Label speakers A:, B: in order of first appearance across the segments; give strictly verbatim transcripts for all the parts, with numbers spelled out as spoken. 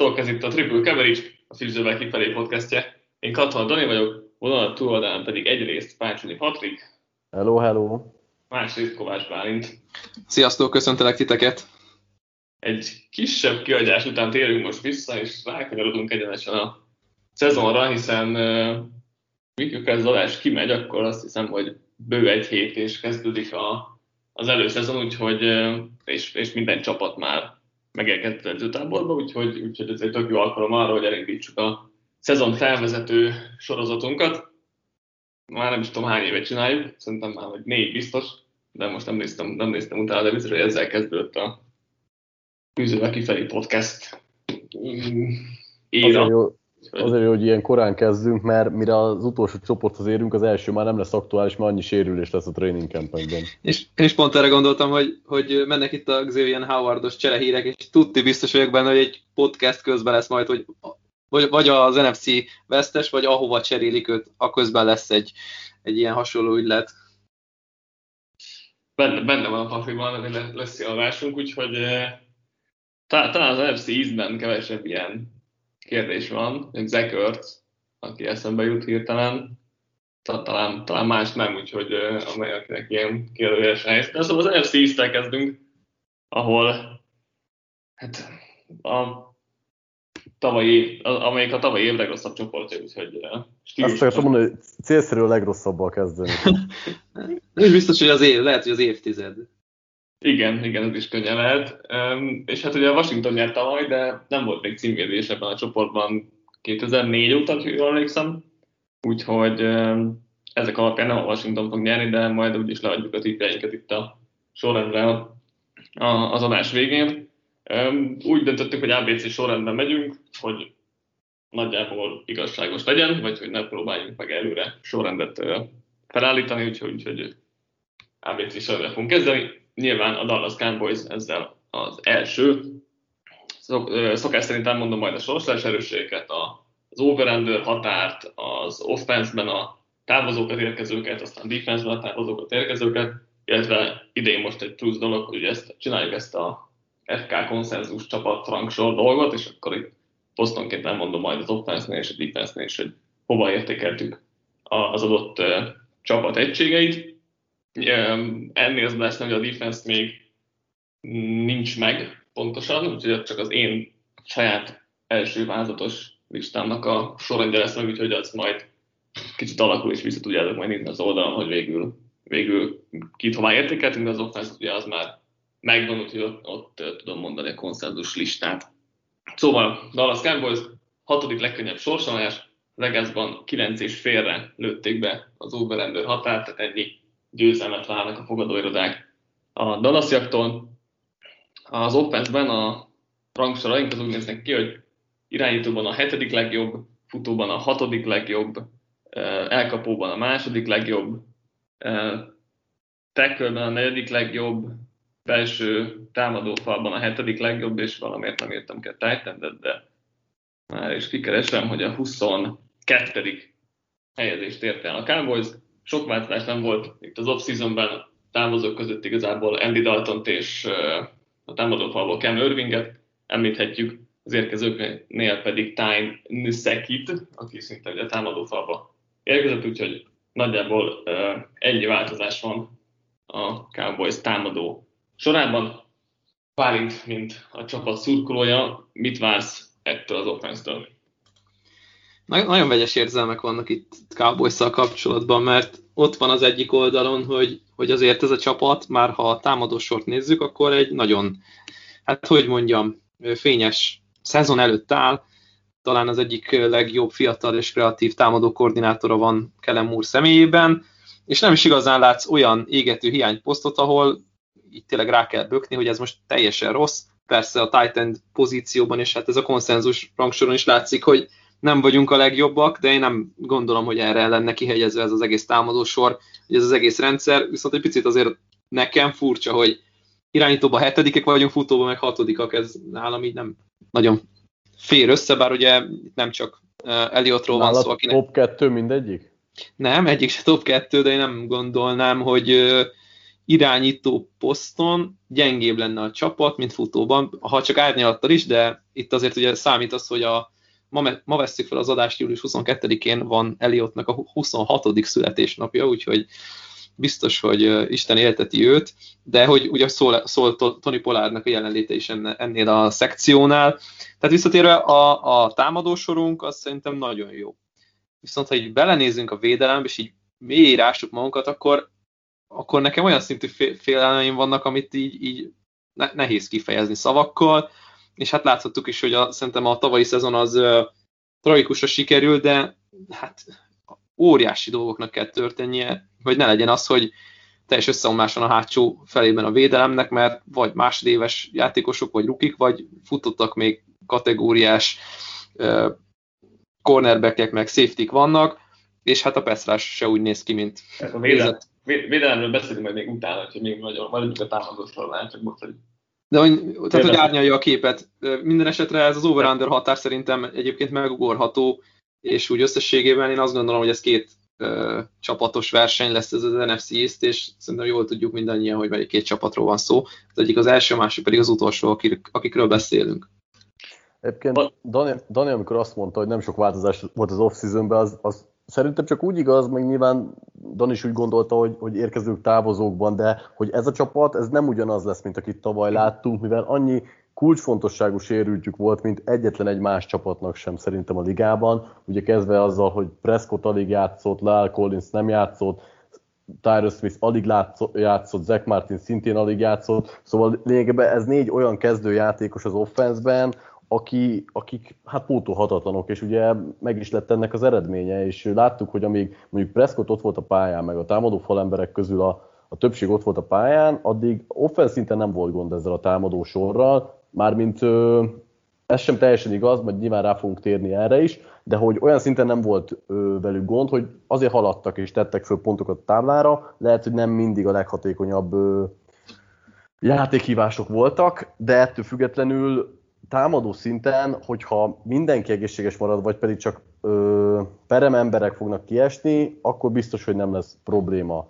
A: Sziasztok, ez itt a Triple Coverage, a Fűzővel kifelé podcastje. Én Katona Dani vagyok, vonalat túloldalán pedig egyrészt Pácsoni Patrik.
B: Hello, hello.
A: Másrészt Kovács Bálint.
C: Sziasztok, köszöntelek titeket.
A: Egy kisebb kiadás után térünk most vissza, és rákanyarodunk egyenesen a szezonra, hiszen uh, mikor ez az adás kimegy, akkor azt hiszem, hogy bő egy hét és kezdődik a, az előszezon, úgyhogy, uh, és, és minden csapat már megérkezett az edzőtáborba, úgyhogy, úgyhogy ez egy tök jó alkalom arra, hogy elindítsuk a szezon felvezető sorozatunkat. Már nem is tudom hány évet csináljuk, szerintem már vagy négy biztos, de most nem néztem, nem néztem utána, de biztos, hogy ezzel kezdődött a Fűzővel kifelé podcast éra.
B: Azért jó, azért jó, hogy ilyen korán kezdünk, mert mire az utolsó csoporthoz érünk, az első már nem lesz aktuális, mert annyi sérülés lesz a training campekben.
C: És, és pont erre gondoltam, hogy, hogy mennek itt a Xavier Howardos cserehírek, és tudti biztos vagyok benne, hogy egy podcast közben lesz majd, hogy vagy, vagy az en ef cé vesztes, vagy ahova cserélik őt, a közben lesz egy, egy ilyen hasonló ügylet.
A: Benne, benne van a pakliban, hogy lesz szilvásunk, úgyhogy talán az en ef cé ízben kevesebb ilyen kérdés van. Zach Ertz, aki eszembe jut hirtelen, talán, talán más nem, úgyhogy amely akinek ilyen kérdőjeles helyzet. De szóval az en ef cé íztel kezdünk, ahol hát a tavalyi, amelyik a tavalyi év legrosszabb csoportja, úgyhogy
B: stílusosan. Azt mondani, hogy célszerű a legrosszabbal kezdeni.
C: Nem is biztos, hogy az év, lehet, hogy az évtized.
A: Igen, igen, ez is könnyen lehet. Um, és hát ugye a Washington nyert tavaly, de nem volt még címvédés ebben a csoportban kétezer-négy óta, ha jól emlékszem. Úgyhogy um, ezek alapján nem a Washington fog nyerni, de majd úgyis leadjuk a tippjeinket itt a sorrendre a, a, az adás végén. Um, úgy döntöttük, hogy á bé cé sorrendben megyünk, hogy nagyjából igazságos legyen, vagy hogy ne próbáljunk meg előre sorrendet uh, felállítani, úgyhogy, úgyhogy á bé cé sorrendben fogunk kezdeni. Nyilván a Dallas Cowboys ezzel az első. Szokás szerint elmondom majd a sorsolás erősségeket, az over-under határt, az offense-ben a távozókat érkezőket, aztán defense-ben a távozókat érkezőket, illetve idén most egy plusz dolog, hogy ezt, csináljuk ezt a ef ká konszenzus csapat rangsor dolgot, és akkor itt posztonként elmondom majd az offense-nél és a defense-nél is, hogy hova értékeltük az adott uh, csapat egységeit. Ennél az lesz, hogy a defense még nincs meg pontosan, úgyhogy csak az én saját első vázatos listámnak a sorrendje lesz meg, úgyhogy az majd kicsit alakul, és vissza tudjátok majd nézni az oldalon, hogy végül, végül kit hová értékeltünk, de az offense ugye az már megvan, úgyhogy ott, ott tudom mondani a konszenzus listát. Szóval Dallas Cowboys hatodik legkönnyebb sorsolás, Vegasban kilenc és félre lőtték be az over-under határt, tehát ennyi győzelmet várnak a fogadóirodák a Dallasiaktól. Az offense-ben a rangsoraink az úgy néznek ki, hogy irányítóban a hetedik legjobb, futóban a hatodik legjobb, elkapóban a második legjobb, tackle-ben a negyedik legjobb, belső támadófalban a hetedik legjobb, és valamiért nem értem ki a tight endet, de már is kikeresem, hogy a huszonkettedik helyezést érte el a Cowboys. Sok változás nem volt itt az off-seasonben, távozók között igazából Andy Daltont és a támadófalból Cam Irvinget említhetjük, az érkezőknél pedig Tyne Nsekit, aki szinte a támadófalba érkezett, úgyhogy nagyjából ennyi változás van a Cowboys támadó sorában. Bálint, mint a csapat szurkolója, mit vársz ettől az offense-től?
C: Nagyon vegyes érzelmek vannak itt Cowboys-szal kapcsolatban, mert ott van az egyik oldalon, hogy, hogy azért ez a csapat, már ha a támadósort nézzük, akkor egy nagyon, hát hogy mondjam, fényes szezon előtt áll. Talán az egyik legjobb fiatal és kreatív támadó koordinátora van Kellen Moore személyében, és nem is igazán látsz olyan égető hiányposztot, ahol itt tényleg rá kell bökni, hogy ez most teljesen rossz. Persze a tight end pozícióban, és hát ez a konszenzus rangsoron is látszik, hogy nem vagyunk a legjobbak, de én nem gondolom, hogy erre lenne kihegyezve ez az egész támadósor, hogy ez az egész rendszer, viszont egy picit azért nekem furcsa, hogy irányítóban hetedikek vagyunk, futóban meg hatodikak, ez nálam így nem nagyon fér össze, bár ugye nem csak Elliottról van szó, akinek...
B: top kettő mindegyik?
C: Nem, egyik se top kettő, de én nem gondolnám, hogy irányító poszton gyengébb lenne a csapat, mint futóban, ha csak árnyalattal is, de itt azért ugye számít az, hogy a, ma, ma vesszük fel az adást, július huszonkettedikén van Elliottnak a huszonhatodik születésnapja, úgyhogy biztos, hogy Isten élteti őt, de hogy ugye szól, szól Tony Pollardnak a jelenléte is ennél a szekciónál. Tehát visszatérve a, a támadósorunk, az szerintem nagyon jó. Viszont ha így belenézünk a védelembe, és így mélyre ássuk magunkat, akkor, akkor nekem olyan szintű félelmeim vannak, amit így, így nehéz kifejezni szavakkal, és hát láthattuk is, hogy a, szerintem a tavalyi szezon az uh, tragikusra sikerül, de hát óriási dolgoknak kell történnie, hogy ne legyen az, hogy teljes összeomlás van a hátsó felében a védelemnek, mert vagy másodéves játékosok, vagy rukik, vagy futottak még kategóriás uh, cornerbackek, meg safetyk vannak, és hát a passzrás se úgy néz ki, mint...
A: A védelem, védelemről beszélünk majd még utána, hogy még nagyon, majd a támadósorban, csak most, hogy...
C: De hogy, tehát, hogy árnyalja a képet. Minden esetre ez az over-under határ szerintem egyébként megugorható, és úgy összességében én azt gondolom, hogy ez két uh, csapatos verseny lesz ez az en ef cé East, és szerintem jól tudjuk mindannyian, hogy melyik két csapatról van szó. Az egyik az első, a másik pedig az utolsó, akik, akikről beszélünk.
B: Egyébként Dani, Dani, amikor azt mondta, hogy nem sok változás volt az off-seasonben, az, az szerintem csak úgy igaz, meg nyilván Dani is úgy gondolta, hogy, hogy érkezők távozókban, de hogy ez a csapat, ez nem ugyanaz lesz, mint akit tavaly láttunk, mivel annyi kulcsfontosságú sérültjük volt, mint egyetlen egy más csapatnak sem szerintem a ligában. Ugye kezdve azzal, hogy Prescott alig játszott, Lyle Collins nem játszott, Tyrus Smith alig játszott, Zach Martin szintén alig játszott, szóval lényegében ez négy olyan kezdőjátékos az offenszben, Aki, akik hát pótolhatatlanok, és ugye meg is lett ennek az eredménye, és láttuk, hogy amíg mondjuk Prescott ott volt a pályán, meg a támadó falemberek közül a, a többség ott volt a pályán, addig offense szinten nem volt gond ezzel a támadó sorral, mármint ö, ez sem teljesen igaz, majd nyilván rá fogunk térni erre is, de hogy olyan szinten nem volt ö, velük gond, hogy azért haladtak és tettek föl pontokat a táblára, lehet, hogy nem mindig a leghatékonyabb ö, játékhívások voltak, de ettől függetlenül támadó szinten, hogyha mindenki egészséges marad, vagy pedig csak ö, perem emberek fognak kiesni, akkor biztos, hogy nem lesz probléma.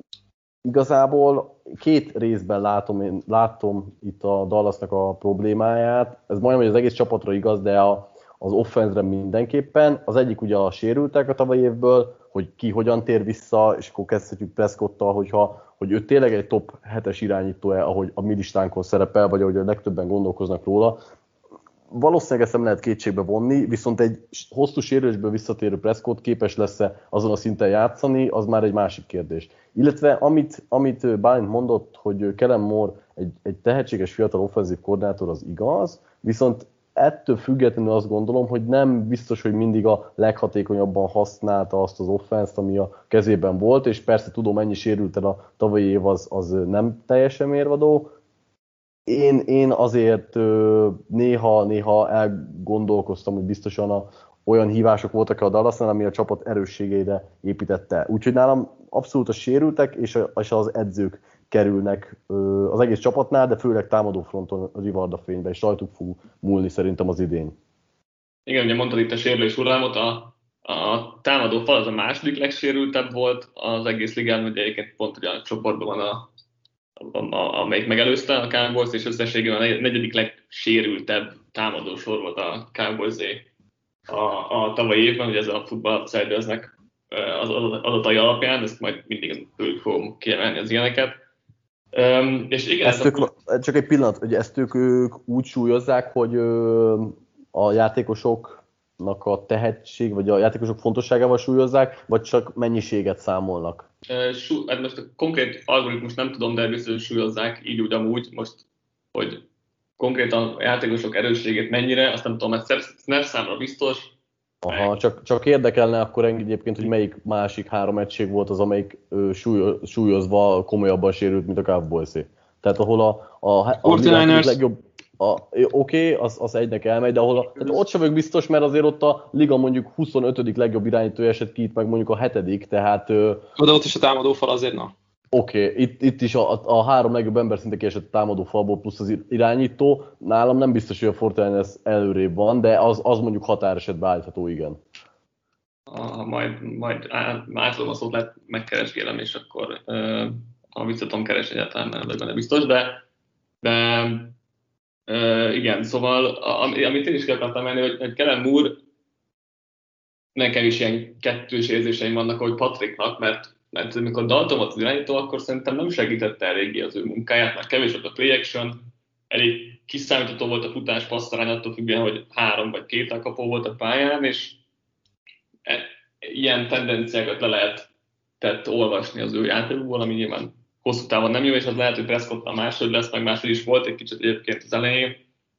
B: Igazából két részben látom, én látom itt a Dallasnak a problémáját. Ez majdnem, hogy az egész csapatra igaz, de a, az offense-re mindenképpen. Az egyik ugye a sérültek a tavalyi évből, hogy ki hogyan tér vissza, és akkor kezdhetjük Prescott-tal, hogyha, hogy ő tényleg egy top hetes irányító-e, ahogy a mi listánkon szerepel, vagy ahogy a legtöbben gondolkoznak róla. Valószínűleg ezt nem lehet kétségbe vonni, viszont egy hosszú sérülésből visszatérő Prescott képes lesz-e azon a szinten játszani, az már egy másik kérdés. Illetve amit, amit Bálint mondott, hogy Kellen Moore egy, egy tehetséges fiatal offenzív koordinátor, az igaz, viszont ettől függetlenül azt gondolom, hogy nem biztos, hogy mindig a leghatékonyabban használta azt az offenszt, ami a kezében volt, és persze tudom, mennyi sérülten a tavalyi év az, az nem teljesen mérvadó. Én, én azért néha-néha elgondolkoztam, hogy biztosan a, olyan hívások voltak a Dallasnál, ami a csapat erősségeire építette. Úgyhogy nálam abszolút a sérültek és, a, és az edzők kerülnek az egész csapatnál, de főleg támadó fronton a Rivalda fénybe, és rajtuk fog múlni szerintem az idén.
A: Igen, ugye mondtad itt a sérülés hullámot, a, a támadó fal az a második legsérültebb volt az egész ligán, ugye egyébként pont ugyan a csoportban van a amelyik megelőzte a Cowboys, és összességében a negyedik legsérültebb támadó sor volt a Cowboys-é a, a tavalyi évben, ugye ez a Football Outsiders-nek az adatai alapján, ezt majd mindig tőlük fogom kiemelni az ilyeneket. Um, és igen,
B: ezt ők, a... Csak egy pillanat, hogy ezt ők, ők úgy súlyozzák, hogy ö, a játékosoknak a tehetség, vagy a játékosok fontosságával súlyozzák, vagy csak mennyiséget számolnak?
A: Uh, hát most a konkrét algoritmus nem tudom, de biztos súlyozzák így úgy amúgy, most, hogy konkrétan a játékosok erősségét mennyire, azt nem tudom, mert snap számra biztos.
B: Aha, csak, csak érdekelne akkor egyébként, hogy melyik másik három egység volt az, amelyik ö, súly, súlyozva komolyabban sérült, mint a Cowboys-é. Tehát ahol a, a, a, a legjobb, oké, okay, az, az egynek elmegy, de ahol a, tehát ott sem vagyok biztos, mert azért ott a liga mondjuk huszonötödik legjobb irányítója esett ki, itt meg mondjuk a hetedik, tehát... Ö,
C: de ott is a támadó fal azért, na.
B: Oké, okay, itt, itt is a, a három legjobb ember szinte kiesett a támadó falból, plusz az irányító. Nálam nem biztos, hogy a negyvenkilenc előrébb van, de az, az mondjuk határesetbe állítható, igen.
A: Ah, majd majd átadom a szót, lehet megkeresgélem, és akkor uh, ha visszatom keresni egyáltalán, nem vagyok benne biztos, de, de uh, igen, szóval am, amit én is ki akartam menni, hogy, hogy Kellen Moore, nekem is ilyen kettős érzéseim vannak, hogy Patricknak, mert, mert amikor Dalton volt az irányító, akkor szerintem nem segítette eléggé az ő munkáját, mert kevés volt a play action, elég kiszámítható volt a futás passzarány, attól függően, hogy három vagy két elkapó volt a pályán, és ilyen tendenciákat le lehet tett olvasni az ő játékból, ami nyilván hosszú távon nem jó, és az lehet, hogy Prescott a másod lesz, meg másod is volt egy kicsit egyébként az elején.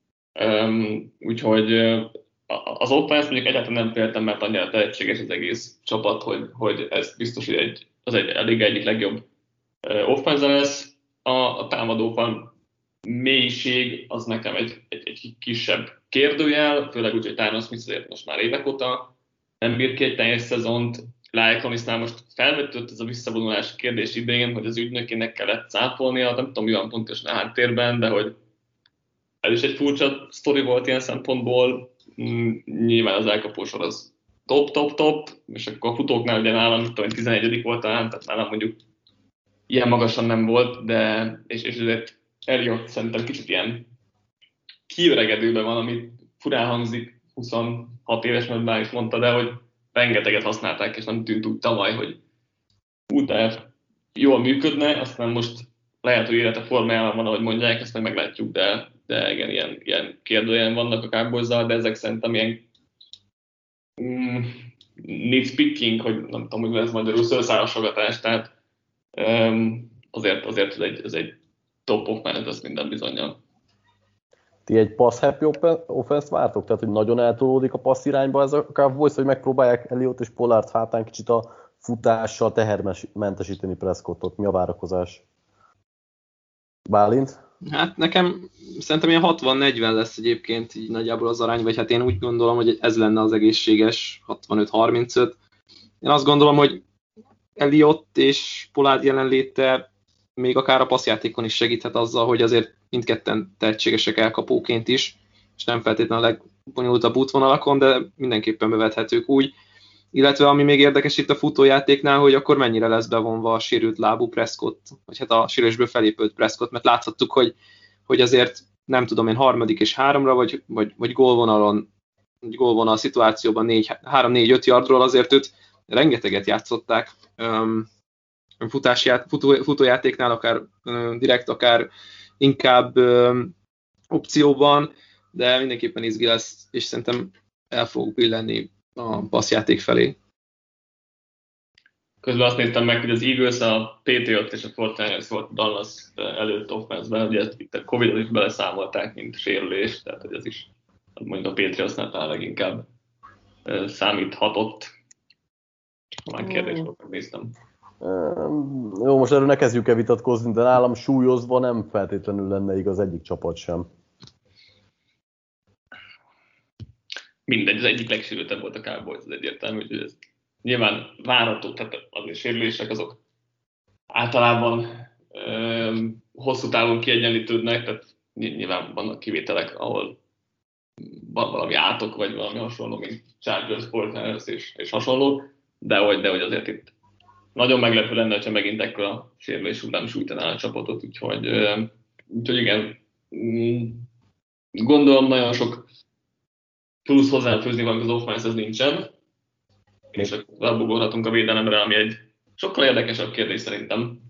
A: Um, úgyhogy az offense mondjuk egyáltalán nem féltem, mert annyira tehetséges az egész csapat, hogy, hogy ez biztos, hogy egy, az egy, a liga egyik legjobb uh, offense lesz. A, a támadófal mélység az nekem egy, egy, egy kisebb kérdőjel, főleg úgy, hogy Tyron Smith azért most már évek óta nem bír ki egy teljes szezont. La'Ikonisnál most felvetődött ez a visszavonulás kérdés idején, hogy az ügynökének kellett cáfolnia, nem tudom, mi van pontosan a háttérben, de hogy ez is egy furcsa sztori volt ilyen szempontból. Nyilván az elkapósor az top, top, top, és akkor a futóknál ugye nálam, mit tudom, tizenegyedik volt talán, tehát nálam mondjuk ilyen magasan nem volt, de és, és ezért Elliott szerintem kicsit ilyen kiöregedőben van, ami furán hangzik, huszonhat éves, mert már is mondta, de hogy rengeteget használták, és nem tűnt úgy tavaly, hogy úgy, de jól működne, aztán most lehet, hogy élete formájában van, ahogy mondják, ezt meg meglátjuk, de, de igen, ilyen, ilyen kérdőjelen vannak a Cowboys-zal, de ezek szerintem ilyen mm, nitpicking, hogy nem tudom, hogy ez magyarul szőrszálasogatás, tehát um, azért, azért ez egy, ez egy top of mind, ez minden bizonnyal.
B: Ti egy pass-happy offense-t vártok? Tehát, hogy nagyon eltolódik a passz irányba ez a Cowboys, hogy megpróbálják Elliott és Pollard hátán kicsit a futással tehermentesíteni Prescottot. Mi a várakozás? Bálint?
C: Hát nekem szerintem ilyen hatvan negyven lesz egyébként így nagyjából az arány, vagy hát én úgy gondolom, hogy ez lenne az egészséges hatvanöt harmincöt. Én azt gondolom, hogy Elliott és Pollard jelenléte még akár a passzjátékon is segíthet azzal, hogy azért mindketten tehetségesek elkapóként is, és nem feltétlenül a legbonyolultabb útvonalakon, de mindenképpen bevethetők úgy. Illetve ami még érdekes itt a futójátéknál, hogy akkor mennyire lesz bevonva a sérült lábú Prescott, vagy hát a sérülésből felépült Prescott, mert láthattuk, hogy, hogy azért nem tudom én harmadik és háromra, vagy, vagy, vagy gólvonalon, vagy gólvonal szituációban három négy öt yardról azért őt rengeteget játszották. Um, Futásját, futó, futójátéknál, akár uh, direkt, akár inkább uh, opcióban, de mindenképpen izgi lesz, és szerintem el fog billenni a passzjáték felé.
A: Közben azt néztem meg, hogy az Eagles, a Patriots és a Fortnite volt Dallas előtt offense-ben, ugye itt a Covid-ot is beleszámolták, mint sérülés, tehát hogy ez is mondjuk a Patriotsnál talán leginkább uh, számíthatott. Már kérdés volt, megnéztem.
B: Jó, most erről ne kezdjük el vitatkozni, de nálam súlyozva nem feltétlenül lenne igaz egyik csapat sem.
A: Mindegy, az egyik legsérültebb volt a Cowboys, az egyértelmű, hogy ez nyilván várható, tehát azért sérülések azok általában ö, hosszú távon kiegyenlítődnek, tehát nyilván vannak kivételek, ahol van valami átok, vagy valami hasonló, mint Chargers, Fortnite és, és hasonló, de hogy, de hogy azért itt nagyon meglepő lenne, ha megint ekkor a sérülés után sújtaná a csapatot, úgyhogy, úgyhogy igen, gondolom nagyon sok plusz hozzáfőzni van, az offense ez nincsen, és akkor elbugolhatunk a védelemre, ami egy sokkal érdekesebb kérdés szerintem.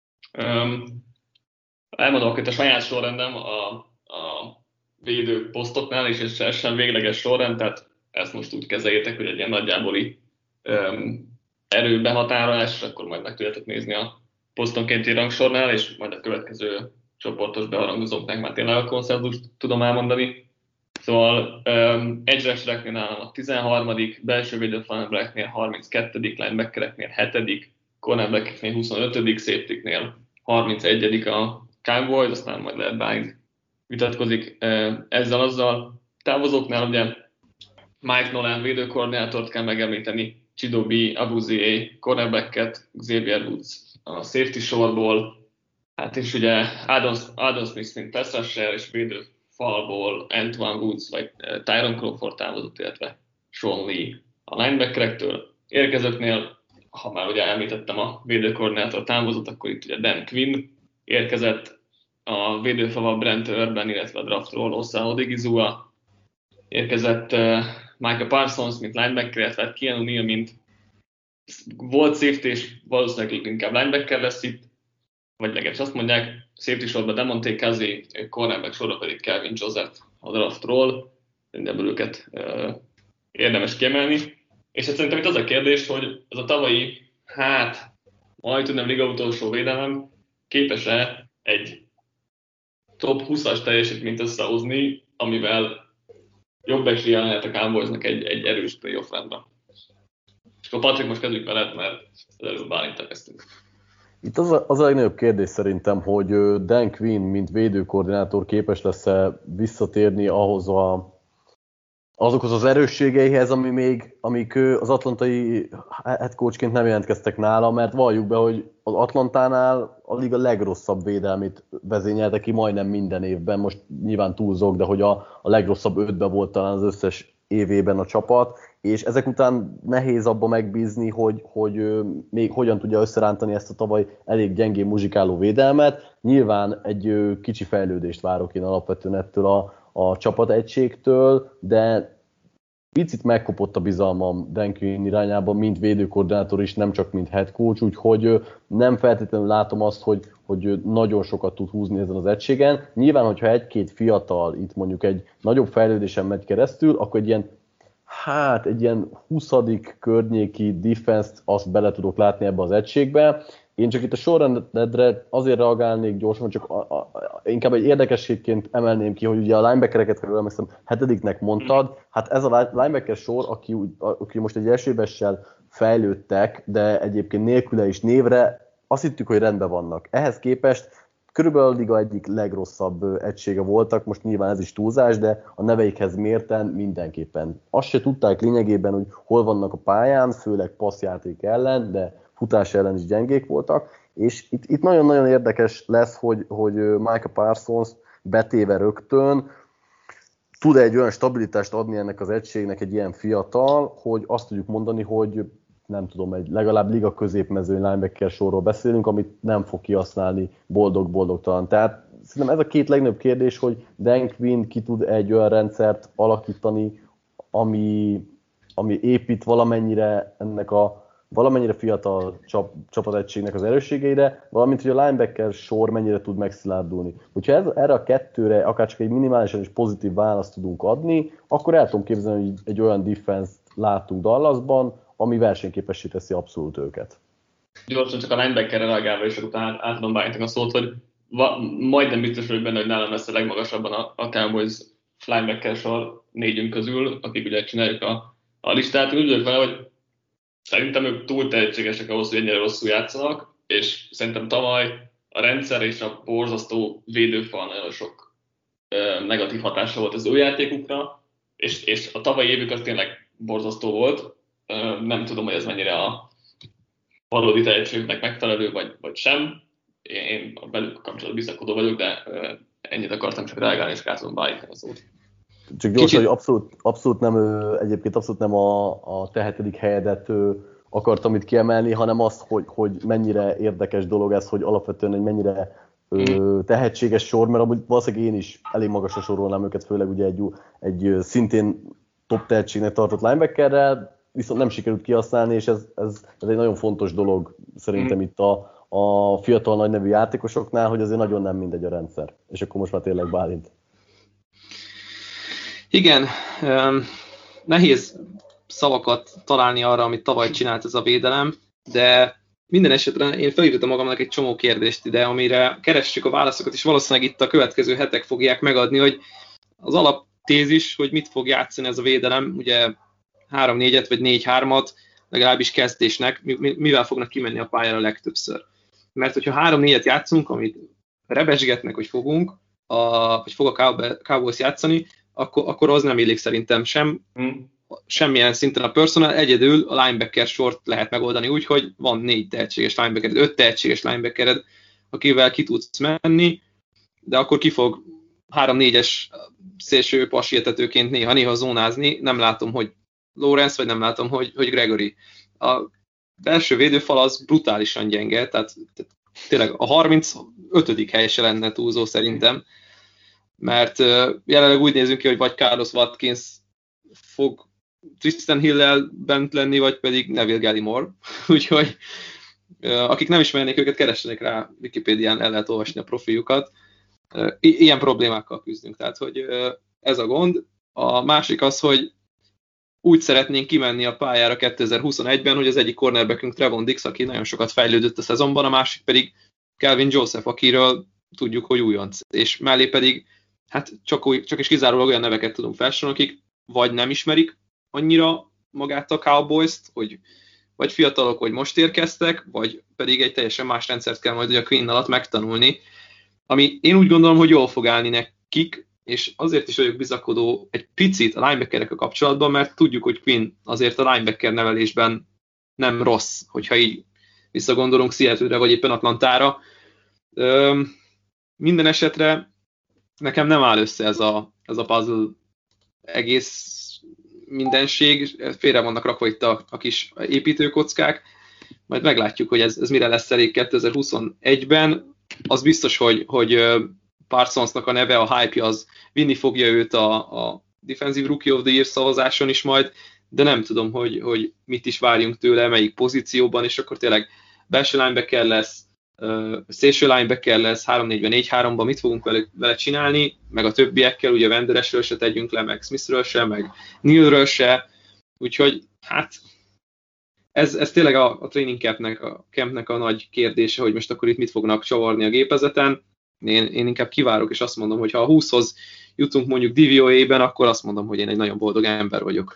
A: Elmondom, hogy a saját sorrendem a, a védő posztoknál, és ez sem végleges sorrend, tehát ezt most úgy kezeljétek, hogy egy ilyen nagyjáboli um, erőbehatárolás, akkor majd meg tudjátok nézni a posztonkénti rangsornál, és majd a következő csoportos beharangozóknál már tényleg a konszenzust tudom elmondani. Szóval um, edge rushereknél nálam a tizenharmadik, belső védőfalembreknél harminckettedik, linebackereknél hetedik, cornerbackeknél huszonötödik, safetyknél harmincegyedik a Cowboys, aztán majd lehet bármit vitatkozik ezzel azzal. Távozóknál ugye Mike Nolan védőkoordinátort kell megemlíteni, Chidobe Awuzie cornerbacket, Xavier Woods a safety sorból, hát és ugye Adam, Adam Smith mint pass rusher és védőfalból Antoine Woods vagy Tyron Crawford távozott, illetve Sean Lee a linebackerektől. Érkezőknél ha már ugye említettem a védőkoordinátor távozott, akkor itt ugye Dan Quinn érkezett, a védőfalval Brent Urban, illetve a draftról Osa Odigizua, érkezett uh, Micah Parsons, mint linebacker, illetve Keanu Neal, mint volt safety, és valószínűleg inkább linebacker lesz itt, vagy legalábbis azt mondják, safety sorban Demonte Casey, cornerback sorban pedig Kelvin Joseph a draftról, ebből őket uh, érdemes kiemelni. És hát szerintem itt az a kérdés, hogy ez a tavalyi, hát, majd tudnám liga utolsó védelem képes-e egy top húszas teljesítményt összehozni, amivel jobb eséllyel lehet a Cowboysnak egy, egy erős playoff rendre. És akkor Patrik, most kezdjük veled, mert előbb Bálintra kezdtünk.
B: Itt az a, az a legnagyobb kérdés szerintem, hogy Dan Quinn, mint védőkoordinátor képes lesz-e visszatérni ahhoz a, azokhoz az erősségeihez, ami még, amik az atlantai head coachként nem jelentkeztek nála, mert valljuk be, hogy az Atlantánál a liga legrosszabb védelmét vezényelte ki majdnem minden évben, most nyilván túlzok, de hogy a, a legrosszabb ötbe volt talán az összes évében a csapat, és ezek után nehéz abba megbízni, hogy, hogy még hogyan tudja összerántani ezt a tavaly elég gyengén muzsikáló védelmet. Nyilván egy kicsi fejlődést várok én alapvetően ettől a, a csapategységtől, de picit megkopott a bizalmam Dan Quinn irányában, mint védőkoordinátor is, nem csak mint head coach, úgyhogy nem feltétlenül látom azt, hogy, hogy nagyon sokat tud húzni ezen az egységen. Nyilván, hogyha egy-két fiatal itt mondjuk egy nagyobb fejlődésen megy keresztül, akkor egy ilyen hát egy ilyen huszadik környéki defense-t azt bele tudok látni ebbe az egységbe. Én csak itt a sorrendedre azért reagálnék gyorsan, csak a, a, inkább egy érdekességként emelném ki, hogy ugye a linebackereket, ha emlékszem, hetediknek mondtad, hát ez a linebacker sor, aki, aki most egy elsőbessel fejlődtek, de egyébként nélküle is névre, azt hittük, hogy rendben vannak. Ehhez képest körülbelül a liga egyik legrosszabb egysége voltak, most nyilván ez is túlzás, de a neveikhez mérten mindenképpen. Azt se tudták lényegében, hogy hol vannak a pályán, főleg passzjáték ellen, de futás ellen is gyengék voltak, és itt, itt nagyon-nagyon érdekes lesz, hogy, hogy Micah Parsons betéve rögtön tud egy olyan stabilitást adni ennek az egységnek egy ilyen fiatal, hogy azt tudjuk mondani, hogy nem tudom, egy legalább liga középmezőny linebacker sorról beszélünk, amit nem fog kihasználni boldog-boldogtalan. Tehát szerintem ez a két legnagyobb kérdés, hogy Dan Quinn ki tud egy olyan rendszert alakítani, ami, ami épít valamennyire ennek a valamennyire fiatal csap, csapategységnek az erősségeire, valamint, hogy a linebacker sor mennyire tud megszilárdulni. Hogyha ez, erre a kettőre akár csak egy minimálisan is pozitív választ tudunk adni, akkor el tudom képzelni, hogy egy olyan defense-t látunk Dallasban, ami versenyképessé teszi abszolút őket.
A: Gyorsan csak a linebackerre reagálva, és utána átadom Bálintra a szót, hogy va, majdnem biztos vagyok benne, hogy nálam lesz a legmagasabban a, a Cowboys linebacker sor négyünk közül, akik ugye csináljuk a, a listát. Úgy vagyok vele, hogy szerintem ők túl tehetségesek ahhoz, hogy ennyire rosszul játszanak, és szerintem tavaly a rendszer és a borzasztó védőfal nagyon sok ö, negatív hatása volt az ő játékukra, és, és a tavalyi évük az tényleg borzasztó volt. Ö, nem tudom, hogy ez mennyire a valódi tehetségnek megfelelő, vagy, vagy sem. Én, én velük kapcsolatban bizakodó vagyok, de ö, ennyit akartam csak reagálni, és átadom Bálintra a szót.
B: Csak gyorsan, hogy abszolút, abszolút nem, egyébként abszolút nem a, a te hetedik helyedet akartam itt kiemelni, hanem azt, hogy, hogy mennyire érdekes dolog ez, hogy alapvetően egy mennyire ö, tehetséges sor, mert amúgy valószínűleg én is elég magasra sorolnám őket, főleg ugye egy, egy szintén top tehetségnek tartott linebackerrel, viszont nem sikerült kihasználni, és ez, ez, ez egy nagyon fontos dolog szerintem mm. itt a, a fiatal nagynevű játékosoknál, hogy azért nagyon nem mindegy a rendszer. És akkor most már tényleg Bálint.
C: Igen, nehéz szavakat találni arra, amit tavaly csinált ez a védelem, de minden esetre én felhívtam magamnak egy csomó kérdést ide, amire keressük a válaszokat, és valószínűleg itt a következő hetek fogják megadni, hogy az alaptézis, hogy mit fog játszani ez a védelem, ugye három négyet vagy négy hármat, legalábbis kezdésnek, mivel fognak kimenni a pályára legtöbbször. Mert hogyha három négyet játszunk, amit rebesgetnek, hogy fogunk, a, vagy fog a Cowboys játszani, Akkor, akkor az nem illik szerintem sem, hmm. semmilyen szinten a personal, egyedül a linebacker sort lehet megoldani úgy, hogy van négy tehetséges linebackered, öt tehetséges linebackered, akivel ki tudsz menni, de akkor ki fog három négyes szélső passietetőként néha-néha zónázni, nem látom, hogy Lawrence, vagy nem látom, hogy, hogy Gregory. A belső védőfal az brutálisan gyenge, tehát tényleg a harmincötödik hely se lenne túlzó szerintem, mert jelenleg úgy nézünk ki, hogy vagy Carlos Watkins fog Tristan Hill-lel bent lenni, vagy pedig Neville Gallimore, úgyhogy akik nem ismernék őket, keressenek rá, Wikipédián el lehet olvasni a profiljukat. I- ilyen problémákkal küzdünk, tehát hogy ez a gond. A másik az, hogy úgy szeretnénk kimenni a pályára kétezer-huszonegyben, hogy az egyik cornerbackünk Trevon Diggs, aki nagyon sokat fejlődött a szezonban, a másik pedig Kelvin Joseph, akiről tudjuk, hogy újonc. És mellé pedig hát csak, úgy, csak is kizárólag olyan neveket tudunk felsorolni, akik vagy nem ismerik annyira magát a Cowboys-t, hogy vagy fiatalok, hogy most érkeztek, vagy pedig egy teljesen más rendszert kell majd a Quinn alatt megtanulni, ami én úgy gondolom, hogy jól fog állni nekik, és azért is vagyok bizakodó egy picit a linebackerek a kapcsolatban, mert tudjuk, hogy Quinn azért a linebacker nevelésben nem rossz, hogyha így visszagondolunk Seattle-re, vagy éppen Atlantára. Üm, minden esetre nekem nem áll össze ez a, ez a puzzle egész mindenség, félre vannak rakva itt a, a kis építőkockák, majd meglátjuk, hogy ez, ez mire lesz elég kétezer-huszonegyben. Az biztos, hogy, hogy Parsonsnak a neve, a hype-ja az vinni fogja őt a, a Defensive Rookie of the Year szavazáson is majd, de nem tudom, hogy, hogy mit is várjunk tőle, melyik pozícióban, és akkor tényleg belső linebacker lesz, uh, szélső linebacker lesz, három négyben, négy háromban mit fogunk vele, vele csinálni, meg a többiekkel, ugye Venderesről se tegyünk le, meg Smithről se, meg Neilről se, úgyhogy hát ez, ez tényleg a, a training campnek, a campnek a nagy kérdése, hogy most akkor itt mit fognak csavarni a gépezeten. Én, én inkább kivárok, és azt mondom, hogy ha a húszhoz jutunk mondjuk D V O A-ben, akkor azt mondom, hogy én egy nagyon boldog ember vagyok.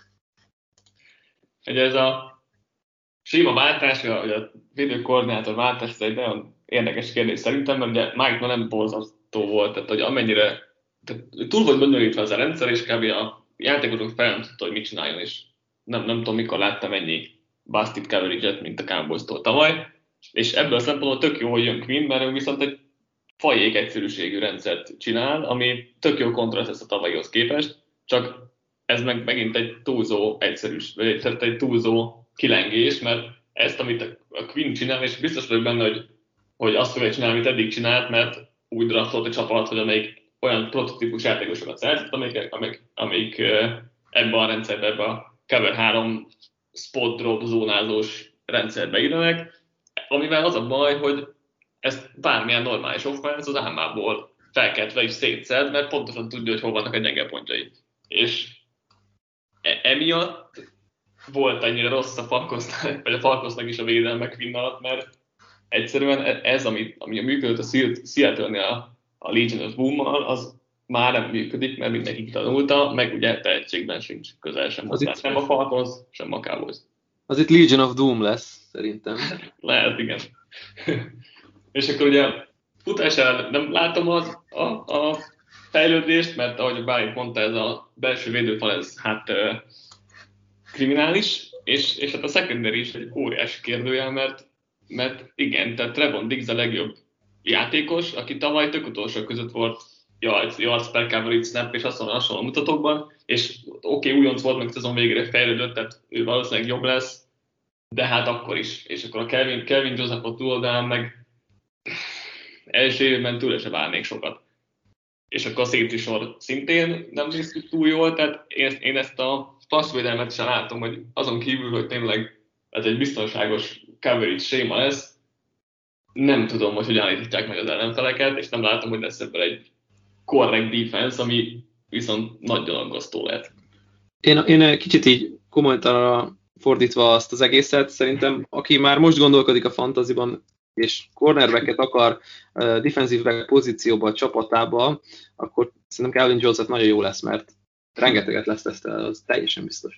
A: Ugye ez a sima váltás, vagy a védőkoordinátor váltás, ez egy nagyon érdekes kérdés szerintem, mert ugye Mike nem borzasztó volt, tehát hogy amennyire tehát túl volt bonyolítva ez a rendszer, és kb. A játékosok fel nem tudta, hogy mit csináljon, és nem, nem tudom, mikor láttam ennyi busted coverage-et, mint a Cowboys-tól tavaly, és ebből a szempontból tök jó, hogy jön Quinn, mert ő viszont egy fajék egyszerűségű rendszert csinál, ami tök jó kontraszt lesz a tavalyhoz képest, csak ez meg megint egy túlzó egyszerűs, vagy egy, egy túlzó kilengés, mert ezt, amit a Quinn csinál, és biztos vagyok benne, hogy, hogy azt fogja csinálni, amit eddig csinált, mert úgy draftolt a csapat, hogy amelyik olyan prototípus játékosokat szerzett, amelyik, amelyik, amelyik ebben a rendszerben, ebben a cover három spot drop zónázós rendszerbe írnak, amivel az a baj, hogy ezt bármilyen normális offense az álmából felkeltve is szétszed, mert pontosan tudja, hogy hol vannak a gyenge pontjai. És e- emiatt volt annyira rossz a Falconsnak, vagy a Falconsnak is a védelme Quinn alatt, mert egyszerűen ez, ami, ami működött a Seattle-nél a, a Legion of Boom-mal, az már nem működik, mert mindenki tanulta, meg ugye tehetségben sincs közel sem hozzá. Nem a Falcons, sem a Cowboys.
C: Az itt Legion of Doom lesz, szerintem.
A: Lehet, igen. És akkor ugye futására nem látom az, a, a fejlődést, mert ahogy Bálint mondta, ez a belső védőfal, ez hát uh, kriminális, és, és hát a secondary is egy óriási kérdőjel, mert, mert igen, tehát Trevon Diggs a legjobb játékos, aki tavaly tök utolsó között volt yards per coverage snap és hasonló, hasonló mutatókban, és oké, okay, újonc volt, meg szezon végére fejlődött, tehát ő valószínűleg jobb lesz, de hát akkor is. És akkor a Kelvin, Kelvin Josephot túloldalán meg első évben tőle se várnék sokat. És akkor a safety sor szintén nem néz ki túl jól, tehát én, én ezt a passzvédelmet sem látom, hogy azon kívül, hogy tényleg ez egy biztonságos coverage séma lesz, nem tudom, hogy hogy állítják meg az ellenfeleket, és nem látom, hogy lesz ebből egy correct defense, ami viszont nagyon aggasztó lehet.
C: Én, én kicsit így komolyan fordítva azt az egészet, szerintem aki már most gondolkodik a fantasyban, és cornerbacket akar uh, defensive back pozícióba a csapatába, akkor szerintem Kelvin Joseph nagyon jó lesz, mert rengeteget lesz tesztel, az teljesen biztos.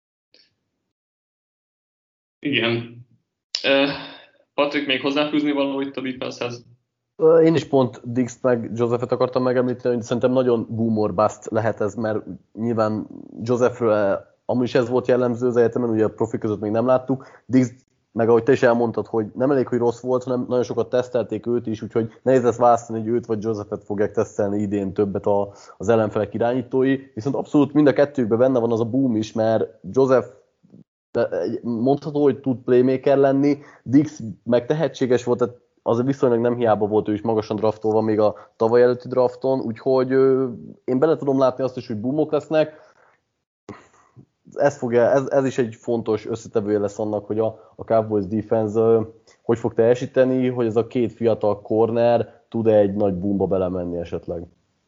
A: Igen. Uh, Patrik, még hozzáfűzni való itt a defensehez?
B: Én is pont Diggs meg Josephet akartam megemlíteni, hogy szerintem nagyon boom or bust lehet ez, mert nyilván Josephről amúgy is ez volt jellemző az egyetemen, ugye a profi között még nem láttuk. Diggs, meg ahogy te is elmondtad, hogy nem elég, hogy rossz volt, hanem nagyon sokat tesztelték őt is, úgyhogy nehéz lesz választani, hogy őt vagy Josephet fogják tesztelni idén többet a, az ellenfelek irányítói. Viszont abszolút mind a kettőkben benne van az a boom is, mert Joseph de mondható, hogy tud playmaker lenni, Dix meg tehetséges volt, tehát azért viszonylag nem hiába volt ő is magasan draftolva még a tavaly előtti drafton, úgyhogy én bele tudom látni azt is, hogy boomok lesznek. Ez, fogja, ez, ez is egy fontos összetevője lesz annak, hogy a, a Cowboys defense hogy fog teljesíteni, hogy ez a két fiatal corner tud-e egy nagy boomba belemenni esetleg.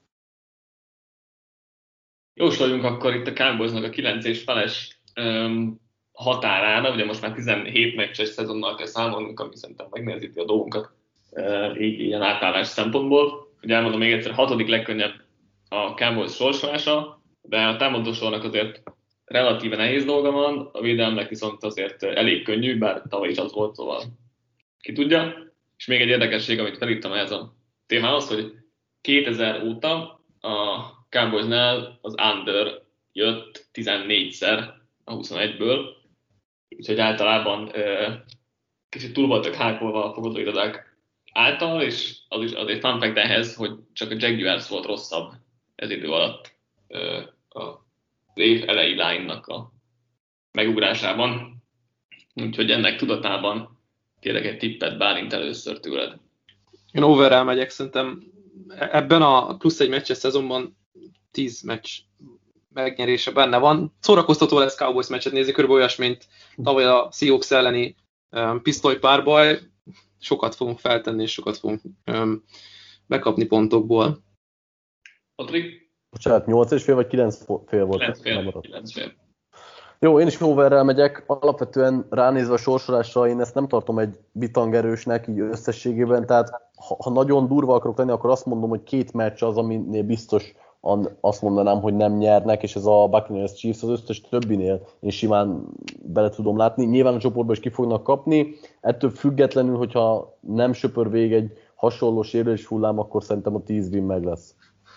A: Jósloljunk akkor itt a Cowboysnak a kilenc és feles um, határára, ugye most már tizenhét meccses szezonnal kell számolnunk, ami szerintem megnehezíti a dolgunkat uh, így ilyen átállás szempontból. Ugye elmondom még egyszer, hatodik legkönnyebb a Cowboys sorsolása, de a támadósornak azért relatíve nehéz dolga van, a védelemnek viszont azért elég könnyű, bár tavaly is az volt, szóval ki tudja. És még egy érdekesség, amit felírtam ehhez a témához, hogy kétezer óta a Cowboysnál az under jött tizennégyszer a huszonegyből, úgyhogy általában uh, kicsit túl voltak hype-olva a fogadóirodák által, és az is azért fun fact ehhez, hogy csak a Jaguars volt rosszabb ez idő alatt uh, a év elejé line-nak a megugrásában. Úgyhogy ennek tudatában kérek egy tippet Bálint először tőled.
C: Én overrel megyek, szerintem ebben a plusz egy meccses szezonban tíz meccs megnyerése benne van. Szórakoztató lesz Cowboys meccset nézni, körülbelül olyas, mint tavaly a Seahawks elleni um, pisztolypárbaj. Sokat fogunk feltenni, és sokat fogunk um, bekapni pontokból.
A: Patrik?
B: Bocsánat, nyolc és fél vagy kilenc fél volt?
A: kilenc fél. kilenc fél.
B: Jó, én is overrel megyek. Alapvetően ránézve a sorsolásra, én ezt nem tartom egy bitangerősnek így összességében, tehát ha, ha nagyon durva akarok lenni, akkor azt mondom, hogy két meccs az, aminél biztos azt mondanám, hogy nem nyernek, és ez a Buccaneers Chiefs, az összes többinél én simán bele tudom látni. Nyilván a csoportban is ki fognak kapni, ettől függetlenül, hogyha nem söpör végig egy hasonló sérülés hullám, akkor szerintem a tíz win meg lesz.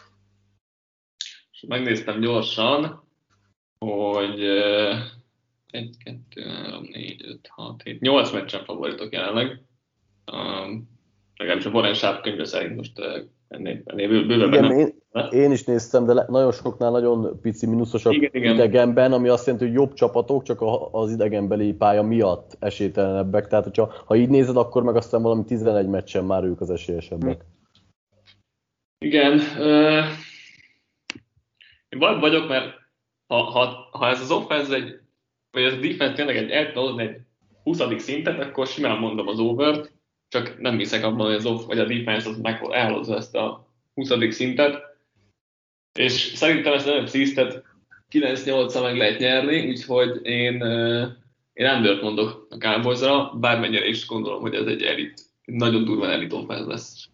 A: Megnéztem gyorsan, hogy egy, kettő, három, négy, öt, hat, hét, nyolc meccsen favoritok jelenleg. Um, legalábbis a Warren Sharp könyve szerint most uh, ennél, ennél bővebben
B: igen,
A: nem.
B: Én, én is néztem, de le, nagyon soknál nagyon pici mínuszos idegenben, ami azt jelenti, hogy jobb csapatok, csak a, az idegenbeli pálya miatt esélytelenebbek. Tehát, hogyha, ha így nézed, akkor meg aztán valami tizenegy meccsen már ők az esélyesebbek.
A: Igen. Uh, én bajban vagyok, mert ha, ha, ha ez az offense egy, vagy ez a defense tényleg egy, el tudod egy huszadik szintet, akkor simán mondom az overt, csak nem hiszek abban, hogy az off, vagy a defense az meg elhozza ezt a huszadik szintet. És szerintem ezt nem szíztet kilenc nyolccal meg lehet nyerni, úgyhogy én, én undert mondok a Cowboysra, bármennyire is gondolom, hogy ez egy elit, nagyon durva elit offense lesz.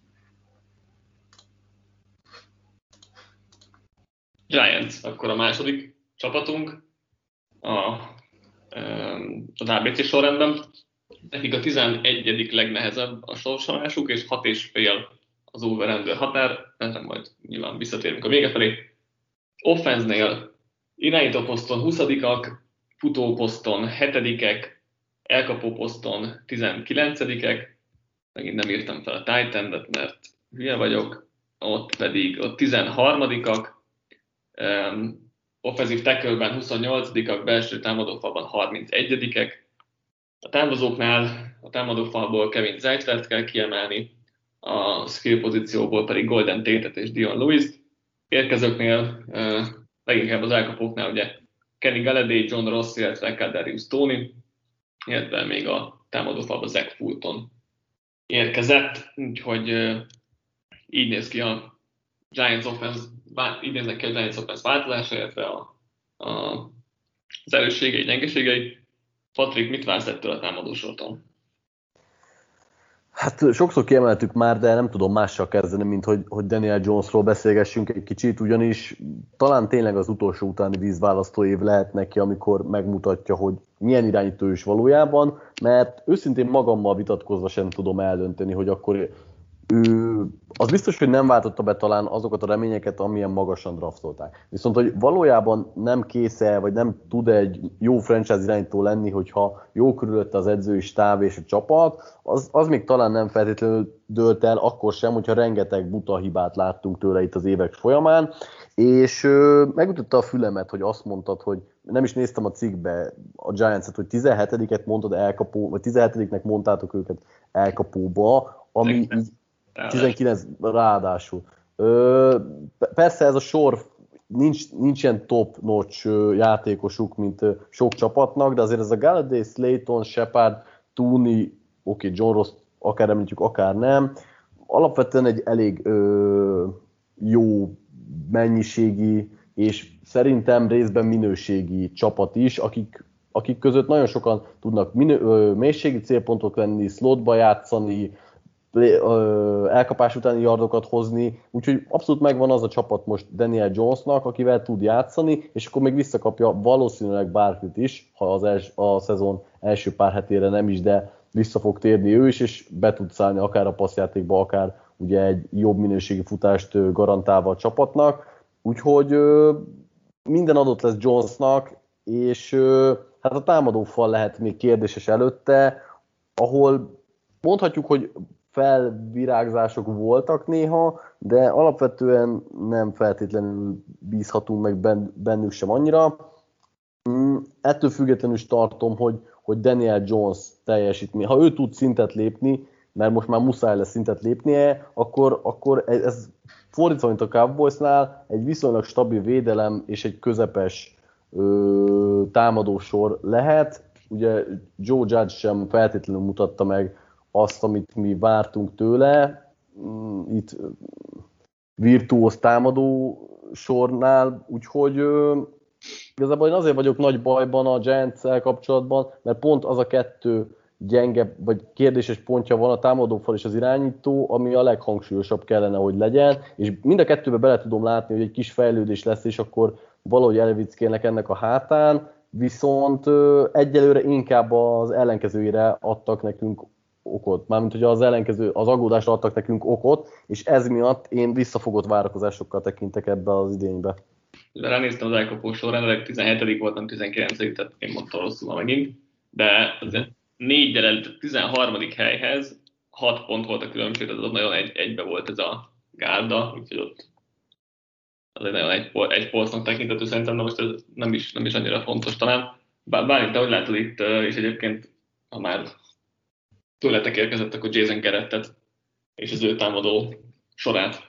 A: Giants, akkor a második csapatunk a, az á bé cé sorrendben. Nekik a tizenegyedik legnehezebb a sorsolásuk, és hat és fél az over-under határ, erre majd nyilván visszatérünk a vége felé. Offense-nél irányító poszton huszadikak, futó poszton hetedikek, elkapó poszton tizenkilencedikek, megint nem írtam fel a tight endet, mert hülye vagyok, ott pedig ott tizenharmadikak, Um, offenzív tackle-ben huszonnyolcadikak, belső támadófalban harmincegyedikek. A támadóknál a támadófalból Kevin Zeitlert kell kiemelni, a skill pozícióból pedig Golden Tate-et és Dion Lewis-t. Érkezőknél, uh, leginkább az elkapóknál ugye Kenny Galladay, John Ross, illetve Kadarius Toney, illetve még a támadófalban Zach Fulton érkezett, úgyhogy uh, így néz ki a Giants offense, így néznek ki a Giants offense változása, illetve a, a, az erősségei, gyengeségei. Patrik, mit vársz ettől a támadósortól?
B: Hát sokszor kiemeltük már, de nem tudom mással kezdeni, mint hogy, hogy Daniel Jonesról beszélgessünk egy kicsit, ugyanis talán tényleg az utolsó utáni vízválasztó év lehet neki, amikor megmutatja, hogy milyen irányító is valójában, mert őszintén magammal vitatkozva sem tudom eldönteni, hogy akkor ő, az biztos, hogy nem váltotta be talán azokat a reményeket, amilyen magasan draftolták. Viszont, hogy valójában nem kész-e, vagy nem tud egy jó franchise irányító lenni, hogyha jó körülötte az edzői stáb és a csapat, az, az még talán nem feltétlenül dőlt el, akkor sem, hogyha rengeteg buta hibát láttunk tőle itt az évek folyamán, és ö, megütötte a fülemet, hogy azt mondtad, hogy nem is néztem a cikkbe a Giants-et, hogy tizenhetediket mondtad elkapó, vagy tizenhetediknek mondtátok őket elkapóba, ami így tizenkilenc ráadásul. Ö, persze ez a sor nincs, nincs ilyen top-notch játékosuk, mint sok csapatnak, de azért ez a Galladay, Slayton, Shepard, Tooney, oké, okay, John Ross, akár említjük, akár nem, alapvetően egy elég ö, jó mennyiségi, és szerintem részben minőségi csapat is, akik, akik között nagyon sokan tudnak minő, ö, mélységi célpontok lenni, slotba játszani, elkapás utáni yardokat hozni, úgyhogy abszolút megvan az a csapat most Daniel Jonesnak, akivel tud játszani, és akkor még visszakapja valószínűleg bárkit is, ha az els, a szezon első pár hetére nem is, de vissza fog térni ő is, és be tud szállni akár a passzjátékba, akár ugye egy jobb minőségi futást garantálva a csapatnak, úgyhogy minden adott lesz Jonesnak, és hát a támadó fal lehet még kérdéses előtte, ahol mondhatjuk, hogy felvirágzások voltak néha, de alapvetően nem feltétlenül bízhatunk meg bennük sem annyira. Ettől függetlenül is tartom, hogy, hogy Daniel Jones teljesítmény. Ha ő tud szintet lépni, mert most már muszáj lesz szintet lépnie, akkor, akkor ez fordítva, mint a Cowboysnál, egy viszonylag stabil védelem és egy közepes ö, támadósor lehet. Ugye Joe Judge sem feltétlenül mutatta meg azt, amit mi vártunk tőle. Itt virtuóz támadó sornál, úgyhogy ö, igazából én azért vagyok nagy bajban a Giants-el kapcsolatban, mert pont az a kettő gyenge, vagy kérdéses pontja van, a támadófal és az irányító, ami a leghangsúlyosabb kellene, hogy legyen, és mind a kettőbe bele tudom látni, hogy egy kis fejlődés lesz, és akkor valahogy elvickélnek ennek a hátán, viszont ö, egyelőre inkább az ellenkezőire adtak nekünk okot. Mármint, hogy az ellenkező, az aggódásra adtak nekünk okot, és ez miatt én visszafogott várakozásokkal tekintek ebbe az idénybe.
A: Ránéztem az elkapó során, tizenhetedik voltam, tizenkilencedik, tehát én mondtam rosszul megint, de azért négyel előtt a tizenharmadik helyhez hat pont volt a különbség, tehát ott nagyon egy, egybe volt ez a gárda, úgyhogy ott az egy nagyon egy, egy polcnak tekintető, szerintem de most ez nem is, nem is annyira fontos talán. Bár, bár te hogy látod itt, és egyébként, ha már tőletek érkezett, akkor Jason Garrettet és az ő támadó sorát.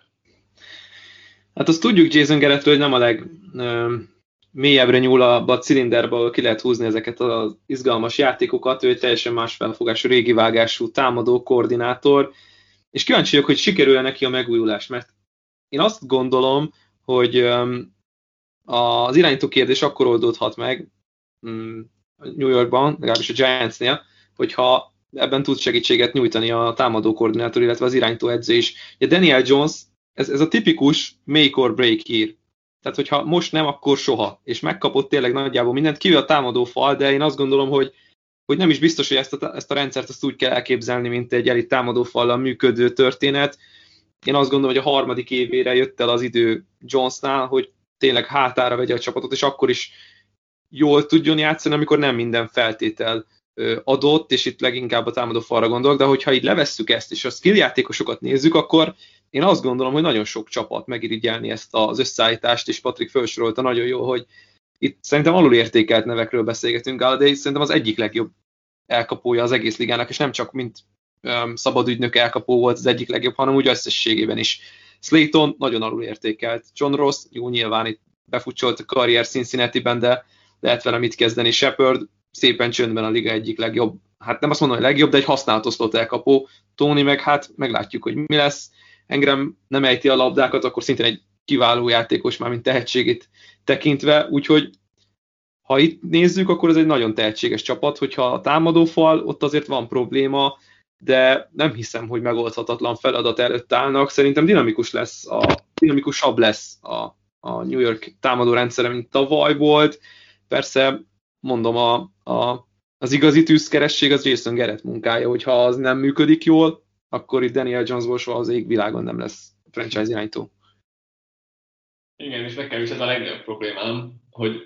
C: Hát azt tudjuk Jason Garrettről, hogy nem a leg ö, mélyebbre nyúl abba a cilinderbe, ahol ki lehet húzni ezeket az izgalmas játékokat. Ő egy teljesen más felfogású, régi vágású támadó koordinátor, és kíváncsi vagyok, hogy sikerül neki a megújulás, mert én azt gondolom, hogy ö, az irányító kérdés akkor oldódhat meg um, New Yorkban, legalábbis a Giantsnél, hogyha ebben tud segítséget nyújtani a támadó koordinátor, illetve az irányító edző is. Ugye Daniel Jones, ez, ez a tipikus make or break year. Tehát, hogyha most nem, akkor soha. És megkapott tényleg nagyjából mindent, kivéve a támadó fal, de én azt gondolom, hogy, hogy nem is biztos, hogy ezt a, ezt a rendszert azt úgy kell elképzelni, mint egy elit támadó fallal működő történet. Én azt gondolom, hogy a harmadik évére jött el az idő Jonesnál, hogy tényleg hátára vegye a csapatot, és akkor is jól tudjon játszani, amikor nem minden feltétel adott, és itt leginkább a támadó falra gondolok, de hogyha így levesszük ezt, és a skill játékosokat nézzük, akkor én azt gondolom, hogy nagyon sok csapat megirigyelni ezt az összeállítást, és Patrik felsorolta nagyon jó, hogy itt szerintem alulértékelt nevekről beszélgetünk, Galladay szerintem az egyik legjobb elkapója az egész ligának, és nem csak mint um, szabadügynök elkapó volt az egyik legjobb, hanem úgy összességében is. Slayton nagyon alulértékelt. John Ross, jó, nyilván itt befutcsolt a karrier Cincinnati-ben, de lehet vele mit kezdeni. Shepard szépen csöndben a liga egyik legjobb, hát nem azt mondom, hogy legjobb, de egy használt oszlott elkapó. Tony meg hát meglátjuk, hogy mi lesz. Engem nem ejti a labdákat, akkor szintén egy kiváló játékos már, mint tehetségét tekintve, úgyhogy ha itt nézzük, akkor ez egy nagyon tehetséges csapat, hogyha a támadófal, ott azért van probléma, de nem hiszem, hogy megoldhatatlan feladat előtt állnak. Szerintem dinamikus lesz, a, dinamikusabb lesz a, a New York támadó rendszere, mint tavaly volt. Persze, mondom, a, a, az igazi tűzkeresség az Jason Garrett munkája, hogyha az nem működik jól, akkor itt Daniel Jonesból soha az égvilágon nem lesz franchise irányító.
A: Igen, és nekem is ez a legnagyobb problémám, hogy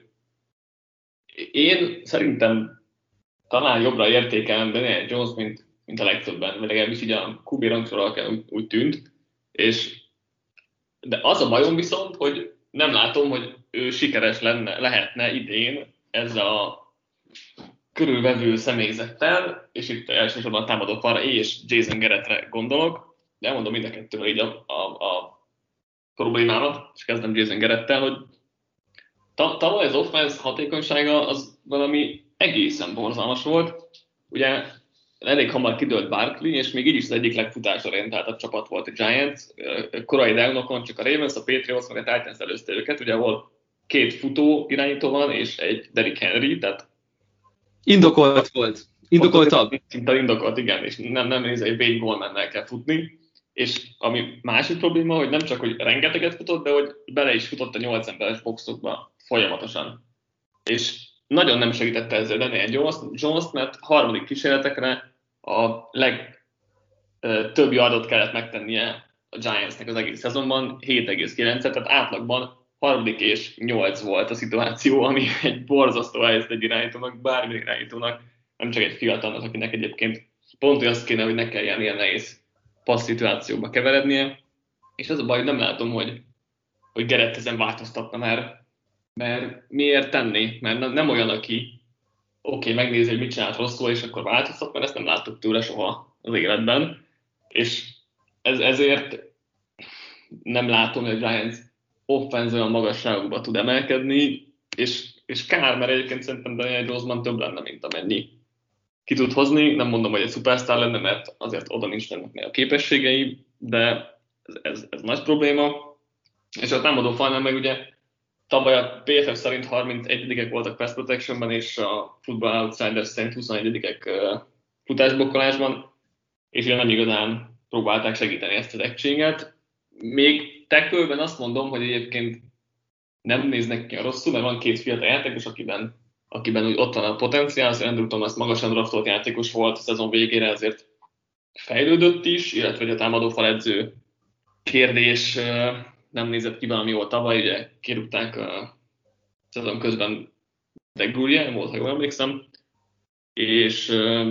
A: én szerintem talán jobbra értékelem Daniel Jones, mint, mint a legtöbben, vagy legalábbis így a kú bé rangsorolókon úgy, úgy tűnt, és de az a bajom viszont, hogy nem látom, hogy ő sikeres lenne, lehetne idén ezzel a körülvevő személyzettel, és itt elsősorban a támadó falra és Jason Garrettre gondolok, de elmondom mind a kettővel így a, a, a problémámat, és kezdem Jason Garrettel, hogy tavaly az offense hatékonysága az valami egészen borzalmas volt. Ugye elég hamar kidőlt Barkley, és még így is az egyik legfutásorientáltabb csapat volt a Giants. Korai downokon csak a Ravens, a Patriots, meg a Titans előzte őket, ugye ahol két futó irányító van, és egy Derrick Henry, tehát
C: indokolt volt. Indokoltabb.
A: Szinte indokolt, igen, és nem, nem néz, hogy Wade Goldmannel kell futni. És ami másik probléma, hogy nem csak, hogy rengeteget futott, de hogy bele is futott a nyolc emberes boxokba folyamatosan. És nagyon nem segítette ezzel Daniel Jones-t, mert harmadik kísérletekre a legtöbb yardot kellett megtennie a Giantsnek az egész szezonban, hét egész kilenc, tehát átlagban harmadik és nyolc volt a szituáció, ami egy borzasztó helyzet egy irányítónak, bármi irányítónak, nem csak egy fiatalnak, akinek egyébként pont azt kéne, hogy ne kelljen ilyen nehéz passz szituációba keverednie, és az a baj, hogy nem látom, hogy, hogy Garrett ezen változtatna már, mert miért tenni? Mert nem olyan, aki oké, okay, megnézi, hogy mit csinált rosszul, és akkor változtat, mert ezt nem láttuk tőle soha az életben, és ez, ezért nem látom, hogy a Giants offense olyan magasságokba tud emelkedni, és, és kár, mert egyébként szerintem Daniel Jonesban több lenne, mint amennyi ki tud hozni. Nem mondom, hogy egy szupersztár lenne, mert azért oda nincs a képességei, de ez, ez, ez nagy probléma. És a támadó falnál meg ugye tavaly a pé ef ef szerint harmincegyedikek voltak pass protectionben, és a Football Outsiders szerint huszonegyedikek futásblokkolásban, és ugye nem igazán próbálták segíteni ezt az egységet. Még tackle-ben azt mondom, hogy egyébként nem néznek ki a rosszul, mert van két fiatal játékos, akiben, akiben úgy ott van a potenciál, az Andrew Thomas magasan draftolt játékos volt a szezon végére, ezért fejlődött is, illetve a támadófal edző kérdés nem nézett ki valami jól tavaly, ugye kirúgták a szezon közben de Gruden volt, ha jól emlékszem, és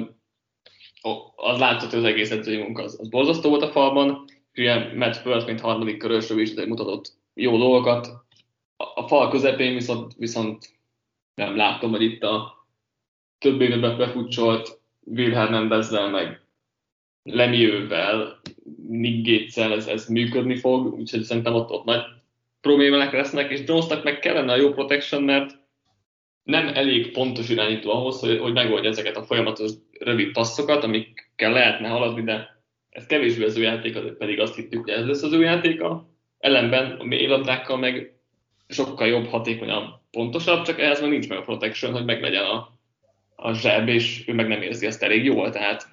A: az látszott, hogy az egész edzői munka az, az borzasztó volt a falban, ugye Matt First, mint harmadik körösről is mutatott jó dolgokat. A, a fal közepén viszont, viszont nem látom, hogy itt a több évben befutcsolt Will Hernandezzel, meg Lemieux-vel, Nick Gates-el ez, ez működni fog, úgyhogy szerintem ott, ott nagy problémák lesznek, és Jonesnak meg kellene a jó protection, mert nem elég pontos irányító ahhoz, hogy, hogy megoldja ezeket a folyamatos rövid passzokat, amikkel lehetne haladni, de ez kevésbé az ő játéka, pedig azt hittük, hogy ez lesz az ő játéka. Ellenben a mélylabdákkal meg sokkal jobb, hatékonyabb, pontosabb, csak ehhez meg nincs meg a protection, hogy meglegyen a, a zseb, és ő meg nem érzi ezt elég jól, tehát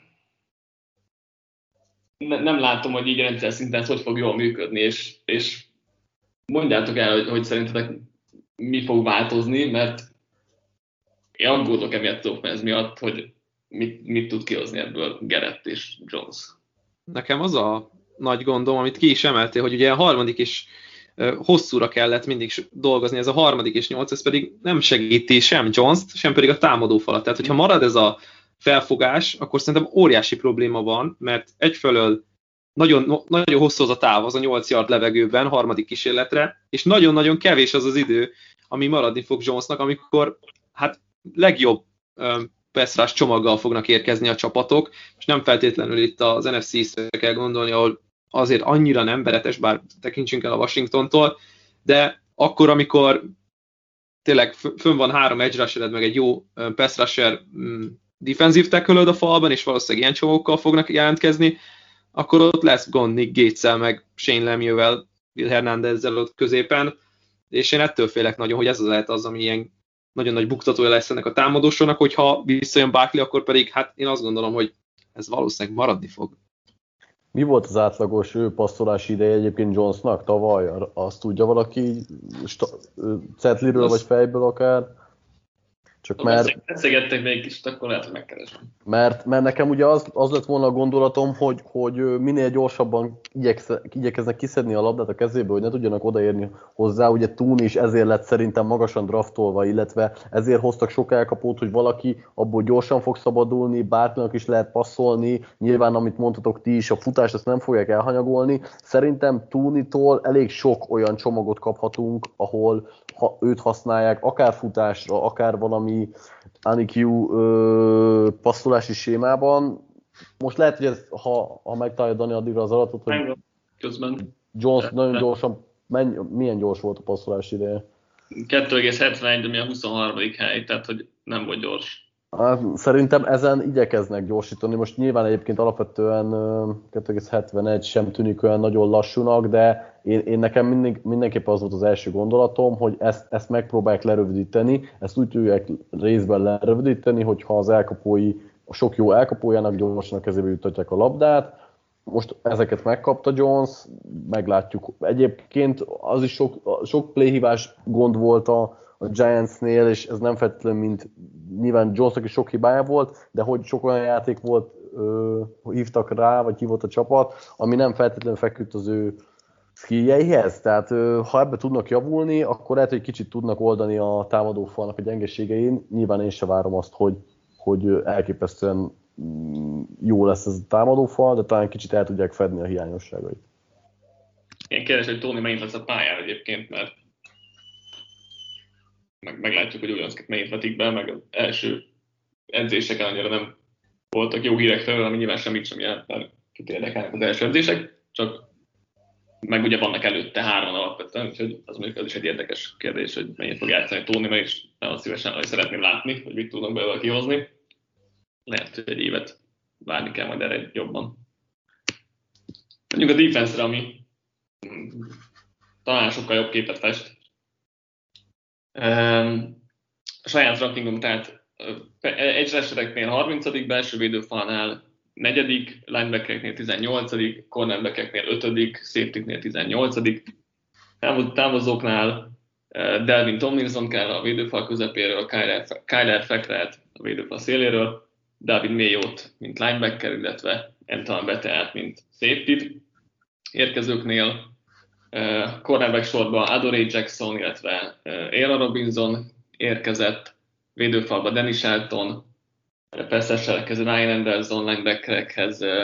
A: ne, nem látom, hogy így rendszer szinten hogy fog jól működni, és, és mondjátok el, hogy, hogy szerintetek mi fog változni, mert én aggódok emiatt az offense miatt, hogy mit, mit tud kihozni ebből Garrett és Jones.
C: Nekem az a nagy gondom, amit ki is emeltél, hogy ugye a harmadik is hosszúra kellett mindig dolgozni, ez a harmadik és nyolc, ez pedig nem segíti sem Jones-t, sem pedig a támadó falat. Tehát, hogyha marad ez a felfogás, akkor szerintem óriási probléma van, mert egyfelől nagyon, nagyon hosszú az a táv, az a nyolc yard levegőben, harmadik kísérletre, és nagyon-nagyon kevés az az idő, ami maradni fog Jonesnak, amikor hát legjobb pass rush csomaggal fognak érkezni a csapatok, és nem feltétlenül itt az en ef cé East-re kell gondolni, ahol azért annyira nem veretes, bár tekintsünk el a Washingtontól, de akkor, amikor tényleg fönn van három edge rushered, meg egy jó pass rusher defensive tackle-öd a falban, és valószínűleg ilyen csomagokkal fognak jelentkezni, akkor ott lesz gond Nick Gates-el, meg Shane Lemieux-vel, Will Hernandezzel ott középen, és én ettől félek nagyon, hogy ez az lehet az, ami ilyen nagyon nagy buktatója lesz ennek a támadósornak, hogyha visszajön Barkley, akkor pedig hát én azt gondolom, hogy ez valószínűleg maradni fog.
B: Mi volt az átlagos ő passzolási ideje egyébként Jonesnak tavaly? Azt tudja valaki Cetliről vagy fejből akár? Csak
A: ha
B: mert...
A: Eszegettek még kicsit, akkor lehet, hogy megkeresem.
B: Mert, mert nekem ugye az, az lett volna a gondolatom, hogy, hogy minél gyorsabban igyeksz, igyekeznek kiszedni a labdát a kezéből, hogy ne tudjanak odaérni hozzá. Ugye Tooney is ezért lett szerintem magasan draftolva, illetve ezért hoztak sok elkapót, hogy valaki abból gyorsan fog szabadulni, bárkinak is lehet passzolni. Nyilván, amit mondhatok ti is, a futást ezt nem fogják elhanyagolni. Szerintem Tooney-tól elég sok olyan csomagot kaphatunk, ahol ha őt használják, akár futásra, akár valami Anikiu passzolási sémában. Most lehet, hogy ez, ha, ha megtalálja Dani addigra az adatot, hogy
A: közben.
B: Jones nagyon gyorsan, menny, milyen gyors volt a passzolási ideje?
A: kettő egész hetvenegy, ami a huszonharmadik hely, tehát hogy nem volt gyors.
B: Szerintem ezen igyekeznek gyorsítani. Most nyilván egyébként alapvetően kettő egész hetvenegy sem tűnik olyan nagyon lassúnak, de én, én nekem mindig, mindenképpen az volt az első gondolatom, hogy ezt, ezt megpróbálják lerövidíteni, ezt úgy tudják részben lerövidíteni, hogyha az elkapói, a sok jó elkapójának gyorsan a kezébe juttatják a labdát. Most ezeket megkapta Jones, meglátjuk. Egyébként az is sok, sok playhívás gond volt a, a Giantsnél, és ez nem feltétlenül, mint nyilván Jonesnak is sok hibája volt, de hogy sok olyan játék volt, ö, hívtak rá, vagy hívott a csapat, ami nem feltétlenül feküdt az ő skilljeihez. Tehát ö, ha ebbe tudnak javulni, akkor lehet, hogy kicsit tudnak oldani a támadófalnak a gyengeségein. Nyilván én se várom azt, hogy, hogy elképesztően jó lesz ez a támadófal, de talán kicsit el tudják fedni a hiányosságait.
A: Én kérdés, hogy Tóni megint lesz a pályán egyébként, mert meg, meglátjuk, hogy ugyanazokat megint vetik be, meg az első edzéseken annyira nem voltak jó hírek felől, ami nyilván semmit sem jelent, mert kit érdekelnek az első edzések, csak meg ugye vannak előtte hárman alapvetően, úgyhogy az mondjuk az is egy érdekes kérdés, hogy mennyit fog játszani Tóni, mert is nagyon szívesen hogy szeretném látni, hogy mit tudnak belőle kihozni. Lehet, hogy egy évet várni kell majd erre jobban. Mondjuk a defense-re, ami talán sokkal jobb képet fest. A saját rankingom, tehát edge rushereknél harmincadik, belső védőfalnál negyedik, linebackereknél tizennyolcadik, cornerbackeknél ötödik, safetyknél tizennyolcadik. Távozóknál Delvin Tomlinson kell a védőfal közepéről, Kyler Fackrelt a védőfal széléről, David Mayot, mint linebacker, illetve Antoine Beteát, mint safety. Érkezőknél uh, cornerback sorban Adoree Jackson, illetve uh, Aaron Robinson érkezett, védőfalba Danny Shelton, pass-rusherekhez Ryan Anderson, linebackerekhez uh,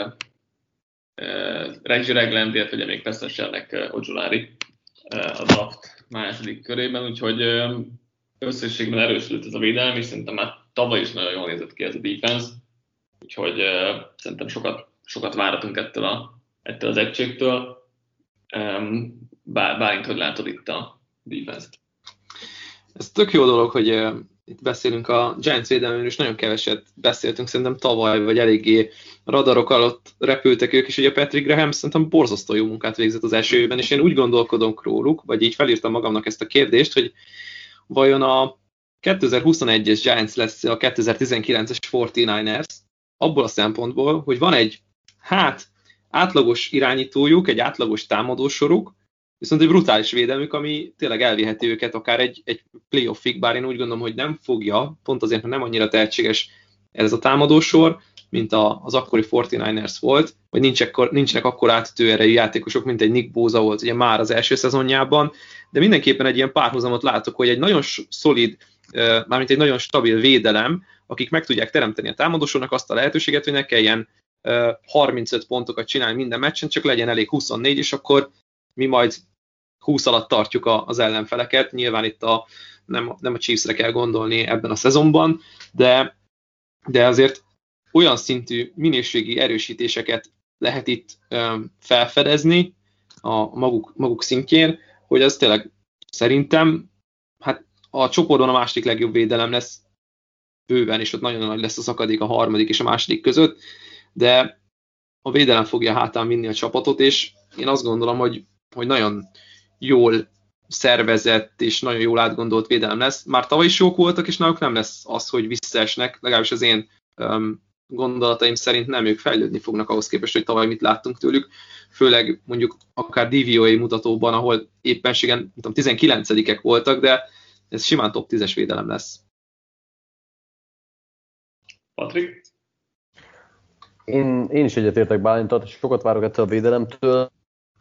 A: uh, Reggie Ragland, illetve ugye még pass-rushernek uh, Ojulari uh, a draft második körében, úgyhogy uh, összességben erősödött ez a védelem, és szerintem már tavaly is nagyon jól nézett ki ez a defense, úgyhogy uh, szerintem sokat, sokat várhatunk ettől, a, ettől az egységtől. Um, bár, bárint, hogy látod itt a defense-t.
C: Ez tök jó dolog, hogy uh, itt beszélünk a Giants védelméről, és nagyon keveset beszéltünk, szerintem tavaly, vagy eléggé radarok alatt repültek ők, és ugye Patrick Graham szerintem borzasztó jó munkát végzett az első évben, és én úgy gondolkodom róluk, vagy így felírtam magamnak ezt a kérdést, hogy vajon a kétezer-huszonegyes Giants lesz a kétezer-tizenkilences negyvenkilencesek abból a szempontból, hogy van egy hát átlagos irányítójuk, egy átlagos támadósoruk, viszont egy brutális védelmük, ami tényleg elviheti őket akár egy, egy playoffig, bár én úgy gondolom, hogy nem fogja, pont azért, mert nem annyira tehetséges ez a támadósor, mint a, az akkori negyvenkilencesek volt, vagy nincs ekkor, nincsenek akkor átütő erejű játékosok, mint egy Nick Bosa volt ugye már az első szezonjában, de mindenképpen egy ilyen párhuzamot látok, hogy egy nagyon szolid, mármint egy nagyon stabil védelem, akik meg tudják teremteni a támadósornak azt a lehetőséget, hogy ne kelljen harmincöt pontokat csinálni minden meccsen, csak legyen elég huszonnégy, és akkor mi majd húsz alatt tartjuk az ellenfeleket. Nyilván itt a, nem, nem a Chiefsre kell gondolni ebben a szezonban, de, de azért olyan szintű minőségi erősítéseket lehet itt felfedezni a maguk, maguk szintjén, hogy az tényleg szerintem hát a csoportban a második legjobb védelem lesz bőven, és ott nagyon nagy lesz a szakadék a harmadik és a második között, de a védelem fogja hátán vinni a csapatot, és én azt gondolom, hogy, hogy nagyon jól szervezett és nagyon jól átgondolt védelem lesz. Már tavaly is jók voltak, és náluk nem lesz az, hogy visszaesnek, legalábbis az én um, gondolataim szerint nem, ők fejlődni fognak ahhoz képest, hogy tavaly mit láttunk tőlük, főleg mondjuk akár dé vé o á mutatóban, ahol éppenségen tudom, tizenkilencedikek voltak, de ez simán top tízes védelem lesz.
A: Patrik?
B: Én, én is egyetértek Bálintat, és sokat várok ettől a védelemtől,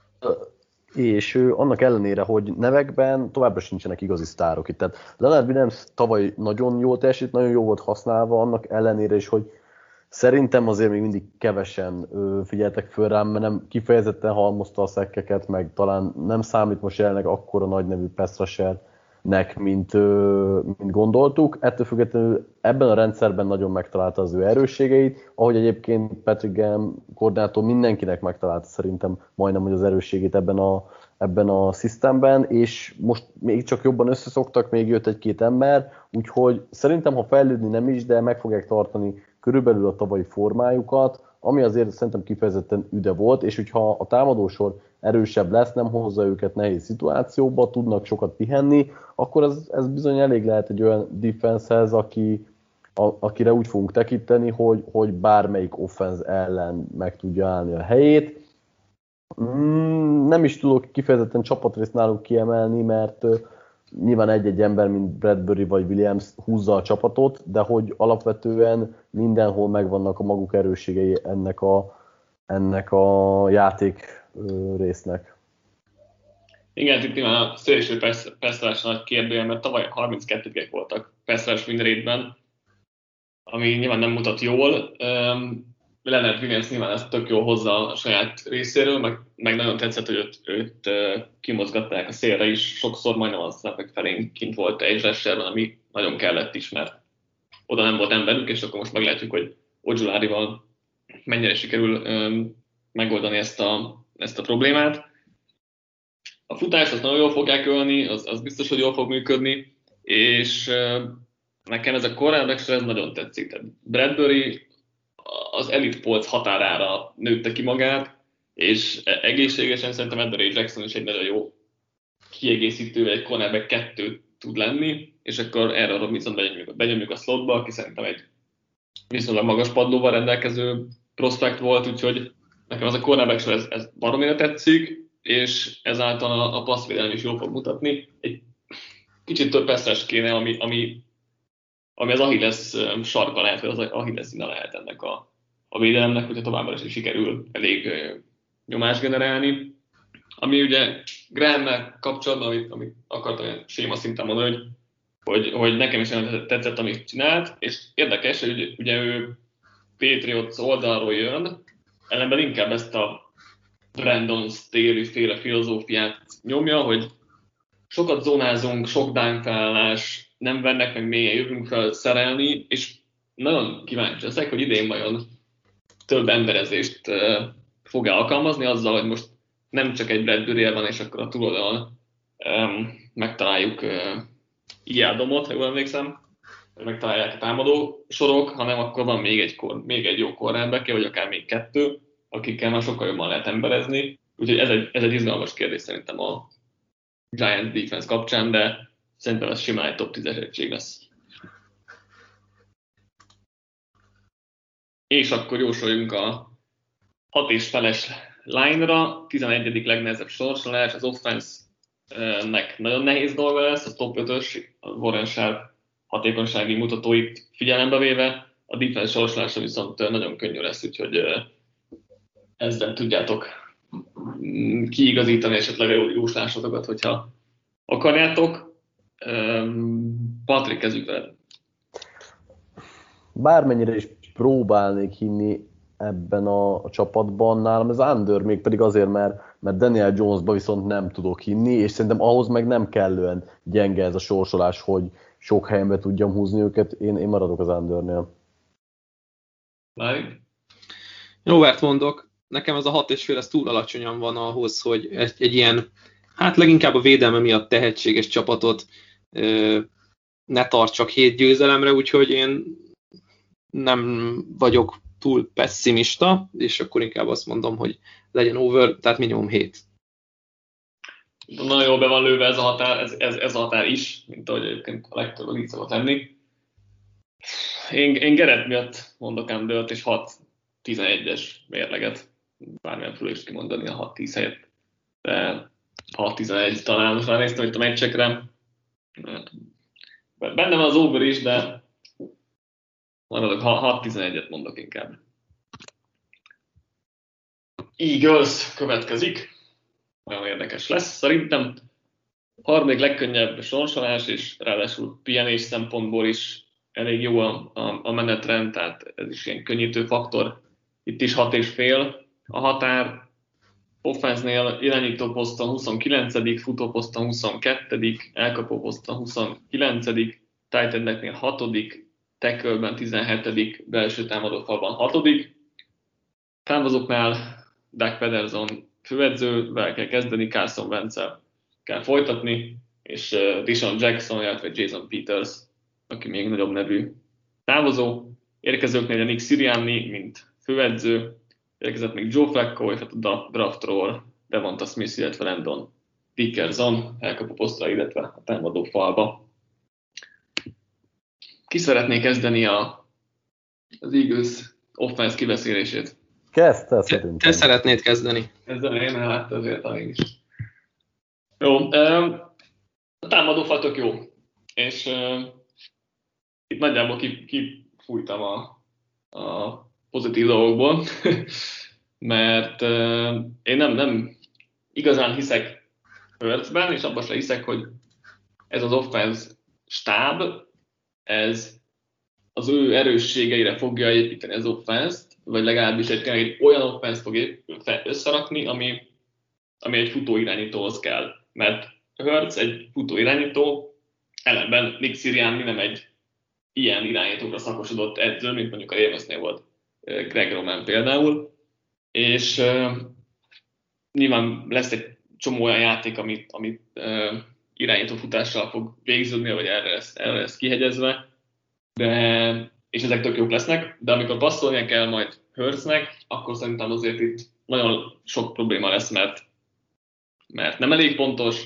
B: és ő annak ellenére, hogy nevekben továbbra sincsenek igazi sztárok itt. Tehát Leonard Williams tavaly nagyon jól teljesít, nagyon jó volt használva, annak ellenére is, hogy szerintem azért még mindig kevesen ö, figyeltek föl rám, mert nem kifejezetten halmozta a szekkeket, meg talán nem számít most jelenleg akkora nagy nevű pass rushernek, mint, ö, mint gondoltuk. Ettől függetlenül ebben a rendszerben nagyon megtalálta az ő erősségeit, ahogy egyébként Patrick Graham koordinátor mindenkinek megtalálta szerintem majdnem hogy az erősségét ebben a, ebben a szisztemben, és most még csak jobban összeszoktak, még jött egy-két ember, úgyhogy szerintem, ha fejlődni nem is, de meg fogják tartani körülbelül a tavalyi formájukat, ami azért szerintem kifejezetten üde volt, és hogyha a támadósor erősebb lesz, nem hozza őket nehéz szituációba, tudnak sokat pihenni, akkor ez, ez bizony elég lehet egy olyan defensehez, aki, a, akire úgy fogunk tekinteni, hogy, hogy bármelyik offense ellen meg tudja állni a helyét. Mm, nem is tudok kifejezetten csapatrészt náluk kiemelni, mert nyilván egy-egy ember, mint Bradbury vagy Williams húzza a csapatot, de hogy alapvetően mindenhol megvannak a maguk erősségei ennek a, ennek a játék résznek.
A: Igen, itt nyilván a szélső pass nagy kérdője, mert tavaly harminckettők voltak pass rush win rate-ben, ami nyilván nem mutat jól. Um, Leonard Williams nyilván ezt tök jól hozza a saját részéről, meg, meg nagyon tetszett, hogy őt, őt uh, kimozgatták a szélre is, sokszor majdnem az snapek felén kint volt egy rusherben, ami nagyon kellett is, mert oda nem volt emberük, és akkor most meglátjuk, hogy Ojularival mennyire sikerül um, megoldani ezt a, ezt a problémát. A futást azt nagyon jól fogják ölni, az, az biztos, hogy jól fog működni, és uh, nekem ez a cornerback ez nagyon tetszik. Tehát Bradbury az elit polc határára nőtte ki magát, és egészségesen szerintem Adoree Jackson is egy nagyon jó kiegészítő, egy cornerback kettő tud lenni, és akkor erre Robinson benyomjuk, benyomjuk a slotba, aki szerintem egy viszonylag magas padlóval rendelkező prospekt volt, úgyhogy nekem az a cornerback ez, ez baromira tetszik, és ezáltal a, a passzvédelem is jól fog mutatni. Egy kicsit több pass kéne, ami, ami, ami az Achilles sarka lehet, vagy az Achilles színe lehet ennek a, a védelemnek, hogyha továbbra is sikerül elég nyomást generálni. Ami ugye Graham-mel kapcsolatban, amit, amit akartam ilyen séma szinten mondani, hogy, hogy, hogy nekem is nagyon tetszett, amit csinált, és érdekes, hogy ugye ő Patriots oldalról jön, ellenben inkább ezt a Brandon Staley féle filozófiát nyomja, hogy sokat zónázunk, sok downfelállás, nem vennek meg mélyen, jövünk fel szerelni, és nagyon kíváncsi leszek, hogy idén vajon több emberezést uh, fog alkalmazni azzal, hogy most nem csak egy Bradbury van, és akkor a túloldalon um, megtaláljuk uh, Iadomot, ha jól emlékszem, megtalálják a támadó sorok, hanem akkor van még egy, kor, még egy jó cornerback, vagy akár még kettő, akikkel már sokkal jobban lehet emberezni. Úgyhogy ez egy, ez egy izgalmas kérdés szerintem a Giants defense kapcsán, de szerintem ez simán egy top tízes egység lesz. És akkor jósoljunk a hat és feles line-ra, tizenegyedik legnehezebb sorsolás, az offense-nek nagyon nehéz dolga lesz, a top ötös, a Warren Sharp hatékonysági mutatóit figyelembe véve, a defense sorsolása viszont nagyon könnyű lesz, úgyhogy ezzel tudjátok kiigazítani esetleg a jóslásokat, hogyha akarjátok. Patrik, kezdjük veled.
B: Bármennyire is próbálnék hinni ebben a, a csapatban, nálam ez under, még pedig azért, mert, mert Daniel Jonesba viszont nem tudok hinni, és szerintem ahhoz meg nem kellően gyenge ez a sorsolás, hogy sok helyen be tudjam húzni őket. Én, én maradok az undernél.
A: Várj.
C: Robert mondok. Nekem ez a hat és fél, ez túl alacsonyan van ahhoz, hogy egy, egy ilyen, hát leginkább a védelme miatt tehetséges csapatot ö, ne tartsak hét győzelemre, úgyhogy én nem vagyok túl pessimista, és akkor inkább azt mondom, hogy legyen over, tehát minimum hét.
A: Nagyon jól be van lőve ez a határ, ez, ez, ez a határ is, mint ahogy egyébként a legtöbb így szokott lenni. Én, én Gerett miatt mondok undert, és hat tizenegyes mérleget. Bármilyen fölé is kimondani a hat tíz helyet. De hat tizenegy talán, most már néztem itt a meccsekre. Benne van az over is, de Maradok, hat tizenegyet mondok inkább. Eagles következik. Nagyon érdekes lesz. Szerintem harmadik legkönnyebb sorsolás, és ráadásul pihenés szempontból is elég jó a, a, a menetrend, tehát ez is ilyen könnyítő faktor. Itt is hat és fél a határ. Offense-nél irányító poszton huszonkilencedik, futó poszton huszonkettődik, elkapó poszton huszonkilencedik, tight endeknél hatodik, tackle-ben tizenhetedik, belső támadófalban hatodik. Támadóknál Doug Pederson főedzővel kell kezdeni, Carson Wentz-el kell folytatni, és uh, Deshaun Jackson, illetve Jason Peters, aki még nagyobb nevű távozó. Érkezőknél a Nick Sirianni, mint főedző, érkezett még Joe Flacco, és a draftról Devonta Smith, illetve Landon Dickerson elkapó posztra, illetve a támadó falba. Ki szeretné kezdeni a, az Eagles offense kibeszélését?
B: Kezd, te szerintem.
C: Te szeretnéd kezdeni.
A: Ezzel én hát azért talán is. Jó, a támadó fal tök jó, és uh, itt nagyjából kifújtam ki a, a pozitív dolgokból, mert uh, én nem, nem igazán hiszek Hurtsben, és abban sem hiszek, hogy ez az offense stáb, ez az ő erősségeire fogja építeni az offense-t, vagy legalábbis egy, egy olyan offense fog összerakni, ami, ami egy futóirányítóhoz kell. Mert Hurts egy futóirányító, ellenben Nick Sirianni nem egy ilyen irányítókra szakosodott edző, mint mondjuk a Ravensnél volt Greg Roman például, és uh, nyilván lesz egy csomó olyan játék, amit, amit uh, irányító futással fog végződni, vagy erre lesz, erre lesz kihegyezve, de, és ezek tök jók lesznek, de amikor passzolnia kell majd Hurtsnek, akkor szerintem azért itt nagyon sok probléma lesz, mert, mert nem elég pontos,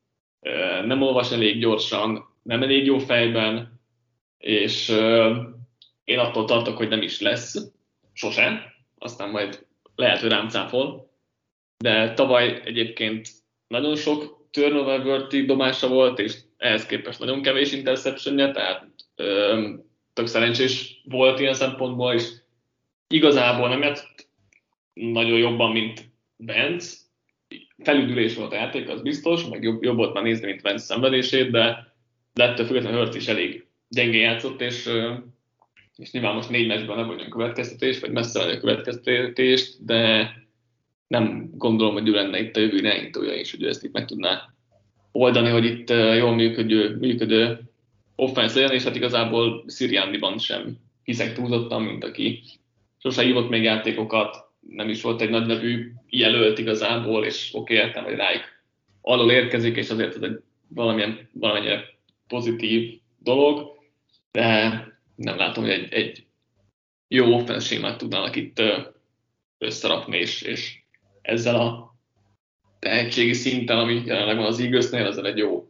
A: uh, nem olvas elég gyorsan, nem elég jó fejben, és uh, én attól tartok, hogy nem is lesz sosem, aztán majd lehet, hogy rám cáfol, de tavaly egyébként nagyon sok turnover worthy dobása volt, és ehhez képest nagyon kevés interceptionje, tehát ö, tök szerencsés volt ilyen szempontból, és igazából nem jött nagyon jobban, mint Wentz. Felüdülés volt a játék, az biztos, meg jobb, jobb volt már nézni, mint Wentz szenvedését, de, de ettől függetlenül Hurts is elég gyengén játszott, és ö, és nyilván most négy meccsben nem vagyunk következtetés, vagy messze a következtetést, de nem gondolom, hogy ő lenne itt a jövő irányítója is, hogy ő ezt itt meg tudná oldani, hogy itt jól működő, működő offense legyen, és hát igazából Sirianniban sem hiszek túlzottan, mint aki sose hívott még játékokat, nem is volt egy nagy nevű jelölt igazából, és oké, okay, értem, hogy rájuk alól érkezik, és azért ez egy valamilyen, valamennyire pozitív dolog, de nem látom, hogy egy, egy jó offense sémát tudnának itt összerakni, és, és ezzel a tehetségi szinten, ami jelenleg van az Eaglesnél, ezzel egy jó,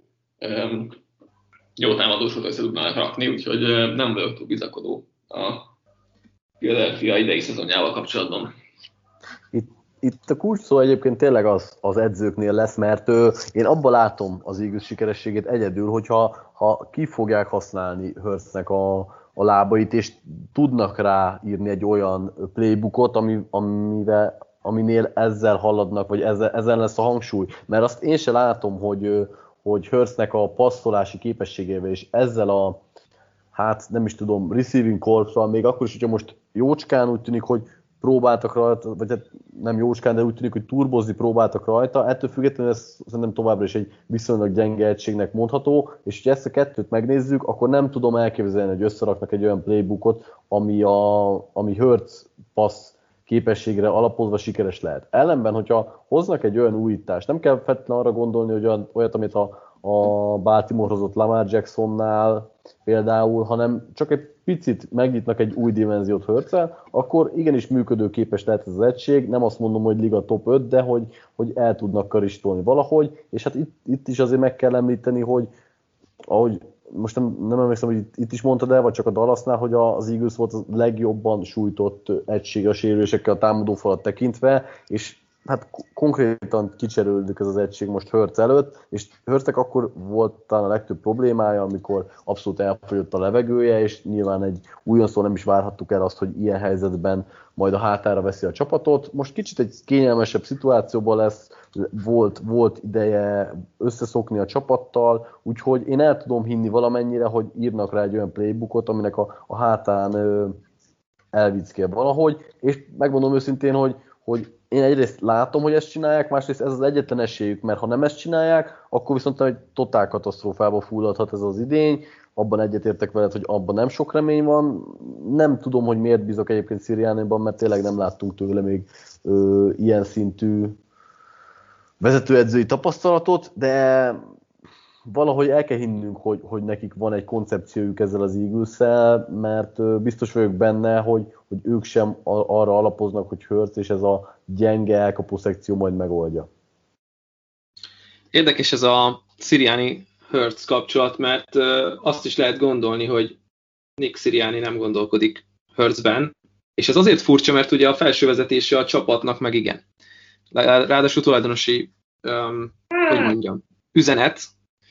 A: jó támadósot össze tudnának rakni, úgyhogy nem vagyok túl bizakodó a Philadelphia idei szezonjával kapcsolatban.
B: Itt, itt a kulcs szó egyébként tényleg az, az edzőknél lesz, mert ö, én abban látom az Eagles sikerességét egyedül, hogyha ha ki fogják használni Hurtsnek a, a lábait, és tudnak ráírni egy olyan playbookot, ami, amivel, aminél ezzel haladnak, vagy ezzel, ezzel lesz a hangsúly. Mert azt én se látom, hogy, hogy Hurtsnek a passzolási képességével, és ezzel a, hát nem is tudom, receiving corpsal, még akkor is, hogyha most jócskán úgy tűnik, hogy próbáltak rajta, vagy hát nem jócskán, de úgy tűnik, hogy turbozni próbáltak rajta, ettől függetlenül ez szerintem továbbra is egy viszonylag gyenge egységnek mondható, és ha ezt a kettőt megnézzük, akkor nem tudom elképzelni, hogy összeraknak egy olyan playbookot, ami, a, ami Hurts passz képességre alapozva sikeres lehet. Ellenben, hogyha hoznak egy olyan újítást, nem kell feltétlenül arra gondolni, hogy olyan, olyat, amit a, a Baltimore hozott Lamar Jacksonnál például, hanem csak egy picit megnyitnak egy új dimenziót Hurtsel, akkor igenis működőképes lehet ez az egység, nem azt mondom, hogy liga top öt, de hogy, hogy el tudnak karistolni valahogy, és hát itt, itt is azért meg kell említeni, hogy ahogy most nem, nem emlékszem, hogy itt, itt is mondtad el, vagy csak a Dallasnál, hogy az Eagles volt a legjobban sújtott egység a sérülésekkel a támadófalat tekintve, és hát konkrétan kicserődik ez az egység most Hurts előtt, és Hurtsnek akkor volt talán a legtöbb problémája, amikor abszolút elfogyott a levegője, és nyilván egy újonctól nem is várhattuk el azt, hogy ilyen helyzetben majd a hátára veszi a csapatot. Most kicsit egy kényelmesebb szituációban lesz, volt, volt ideje összeszokni a csapattal, úgyhogy én el tudom hinni valamennyire, hogy írnak rá egy olyan playbookot, aminek a, a hátán ö, elvickél valahogy, és megmondom őszintén, hogy, hogy én egyrészt látom, hogy ezt csinálják, másrészt ez az egyetlen esélyük, mert ha nem ezt csinálják, akkor viszont egy totál katasztrófába fulladhat ez az idény, abban egyetértek veled, hogy abban nem sok remény van. Nem tudom, hogy miért bízok egyébként Sirianniban, mert tényleg nem láttunk tőle még ö, ilyen szintű vezetőedzői tapasztalatot, de valahogy el kell hinnünk, hogy, hogy nekik van egy koncepciójuk ezzel az Eagles-szel, mert biztos vagyok benne, hogy, hogy ők sem arra alapoznak, hogy Hurts és ez a gyenge elkapó szekció majd megoldja.
C: Érdekes ez a Sirianni-Hurts kapcsolat, mert azt is lehet gondolni, hogy Nick Sirianni nem gondolkodik Hurtsben, és ez azért furcsa, mert ugye a felső vezetése a csapatnak meg igen. Ráadásul tulajdonosi, um, hogy mondjam, üzenet.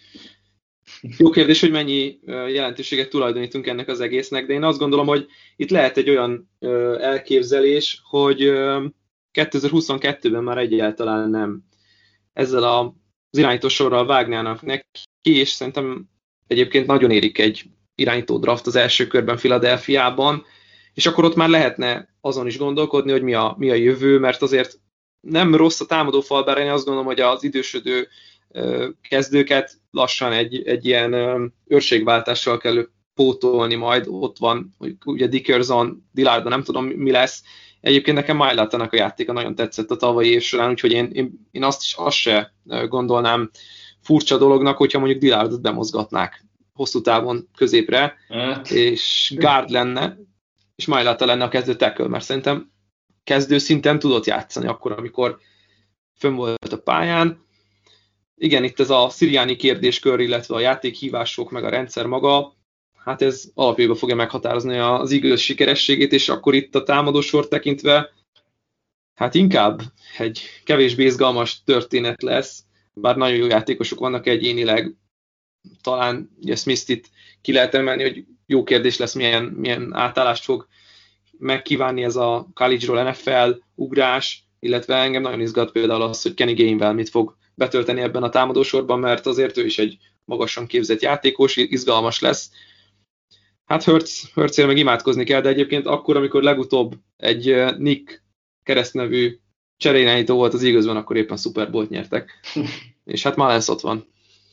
C: Jó kérdés, hogy mennyi jelentőséget tulajdonítunk ennek az egésznek, de én azt gondolom, hogy itt lehet egy olyan elképzelés, hogy kétezer-huszonkettőben már egyáltalán nem ezzel az irányítósorral vágnának neki, és szerintem egyébként nagyon érik egy irányító draft az első körben Philadelphiában, és akkor ott már lehetne azon is gondolkodni, hogy mi a, mi a jövő, mert azért nem rossz a támadófal, bár én azt gondolom, hogy az idősödő kezdőket lassan egy, egy ilyen őrségváltással kell pótolni majd. Ott van ugye Dickerson, Dillard, nem tudom mi lesz. Egyébként nekem Mailata-nak a játéka nagyon tetszett a tavalyi év során, úgyhogy én, én, én azt, is, azt se gondolnám furcsa dolognak, hogyha mondjuk Dillardot bemozgatnák hosszú távon középre, hát. És guard lenne, és Mailata lenne a kezdő tackle, mert szerintem kezdő szinten tudott játszani akkor, amikor fönn volt a pályán. Igen, itt ez a Sirianni kérdéskör, illetve a játékhívások, meg a rendszer maga, hát ez alapjában fogja meghatározni az Eagles sikerességét, és akkor itt a támadósor tekintve, hát inkább egy kevésbé izgalmas történet lesz, bár nagyon jó játékosok vannak egyénileg, talán ugye Smith-t itt ki lehet emelni, hogy jó kérdés lesz, milyen, milyen átállást fog megkívánni ez a college-ról en ef el ugrás, illetve engem nagyon izgat például az, hogy Kenny Gainwell mit fog betölteni ebben a támadósorban, mert azért ő is egy magasan képzett játékos, izgalmas lesz. Hát Hurts, Hurtsért meg imádkozni kell, de egyébként akkor, amikor legutóbb egy Nick keresztnevű cserélirányító volt az Eaglesben, akkor éppen Super Bowl-t nyertek. És hát Mullens ott van.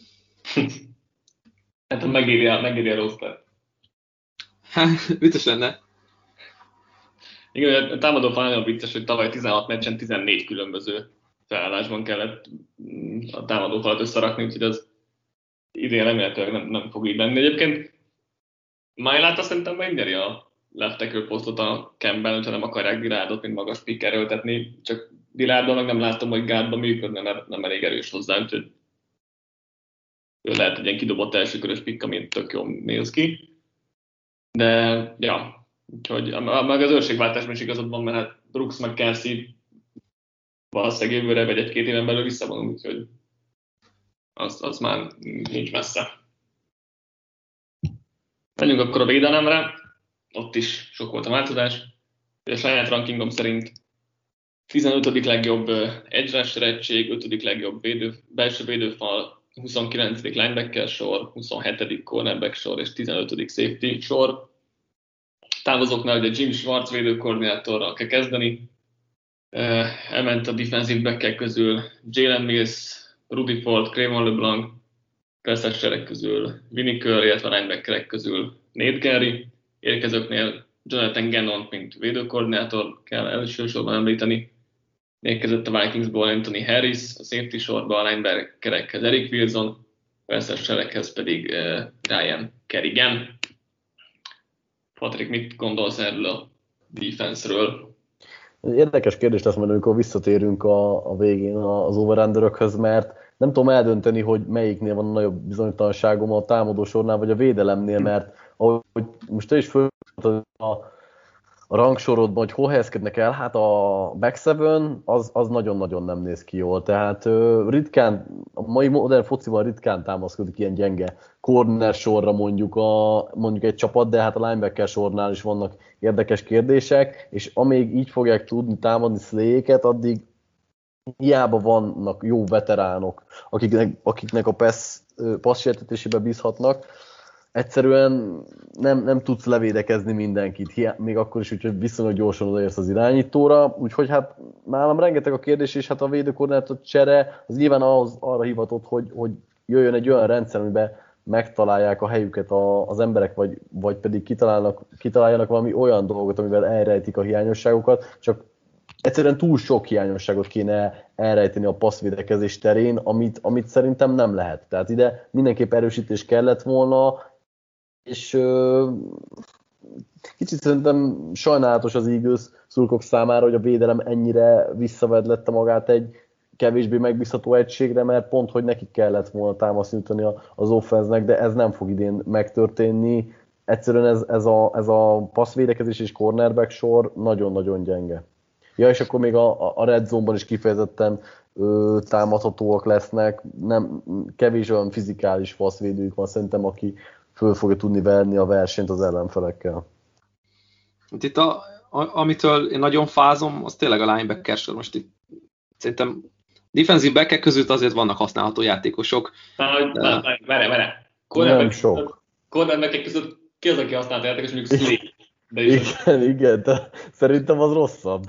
A: Hát megírja, megírja roster.
C: Hát, vicces lenne.
A: Igen, a támadó fal nagyon vicces, hogy tavaly tizenhat meccsen tizennégy különböző felállásban kellett a támadófalat összerakni, úgyhogy az idén remélhetőleg nem, nem fog így lenni. Egyébként Mailata szerintem megnyeri a left tackle posztot a Campbell, hogyha nem akarják Dillardot, mint magas pick erőltetni, csak Dillardon meg nem látom, hogy guardban működne, mert nem elég erős hozzá, úgyhogy ő lehet egy ilyen kidobott elsőkörös pick, ami tök jól néz ki. De, ja, úgyhogy meg az őrségváltásban is igazad van, mert hát Brooks meg Kelsey valószínűleg jövőre vagy egy-két éven belül visszavonul, úgyhogy az, az már nincs messze. Menjünk akkor a védelemre, ott is sok volt a változás. A saját rankingom szerint tizenötödik legjobb edge rusher egység, ötödik legjobb védő, belső védőfal, huszonkilencedik linebacker sor, huszonhetedik cornerback sor és tizenötödik safety sor. Távozóknál ugye Jim Schwartz védőkoordinátorral kell kezdeni. Elment a defensive back-ek közül Jalen Mills, Rudy Ford, Cravon LeBlanc, persze közül Vinnie Curry, illetve linebackerek közül Nate Gary. Érkezőknél Jonathan Gannon, mint védőkoordinátor kell elsősorban említeni. Érkezett a Vikingsból Anthony Harris, a safety sorba a linebackerekhez Eric Wilson, persze pedig uh, Ryan Kerrigan. Patrik, mit gondolsz erről a defense-ről?
B: Érdekes kérdés lesz majd, amikor visszatérünk a, a végén az over-underökhöz, mert nem tudom eldönteni, hogy melyiknél van a nagyobb bizonytalanságom, a támadósornál vagy a védelemnél, mert ahogy most te is föl a, a rangsorodban, hogy hol helyezkednek el, hát a back seven az, az nagyon-nagyon nem néz ki jól, tehát ö, ritkán, a mai modern fociban ritkán támaszkodik ilyen gyenge corner sorra mondjuk, a, mondjuk egy csapat, de hát a linebacker sornál is vannak érdekes kérdések, és amíg így fogják tudni támadni Slay-ket, addig hiába vannak jó veteránok, akiknek, akiknek a pass, pass sértetésébe bízhatnak, egyszerűen nem, nem tudsz levédekezni mindenkit, hiá, még akkor is, hogy viszonylag gyorsan odaérsz az irányítóra, úgyhogy hát nálam rengeteg a kérdés, és hát a védőkoordinátor csere az nyilván az, arra hivatott, hogy, hogy jöjjön egy olyan rendszer, amiben megtalálják a helyüket a, az emberek, vagy, vagy pedig kitalálnak, kitaláljanak valami olyan dolgot, amivel elrejtik a hiányosságokat, csak egyszerűen túl sok hiányosságot kéne elrejteni a passzvédekezés terén, amit, amit szerintem nem lehet. Tehát ide mindenképp erősítés kellett volna, és ö, kicsit szerintem sajnálatos az Eagles szurkolók számára, hogy a védelem ennyire visszavedlette magát egy kevésbé megbízható egységre, mert pont, hogy nekik kellett volna támaszt nyújtani az offense-nek, de ez nem fog idén megtörténni. Egyszerűen ez, ez, a, ez a passzvédekezés és cornerback sor nagyon-nagyon gyenge. Ja, és akkor még a, a red zone-ban is kifejezetten ö, támadhatóak lesznek, nem, kevés olyan fizikális passzvédőjük van szerintem, aki föl fogja tudni verni a versenyt az ellenfelekkel.
C: Itt a, a, amitől én nagyon fázom, az tényleg a linebacker sor. Most itt szerintem defensive back-ek között azért vannak használható játékosok.
A: Várj, várj, várj.
B: Nem sok.
A: Cornerback-ek között ki az, aki használható játékos, mondjuk Slay.
B: Igen, igen, de szerintem az rosszabb.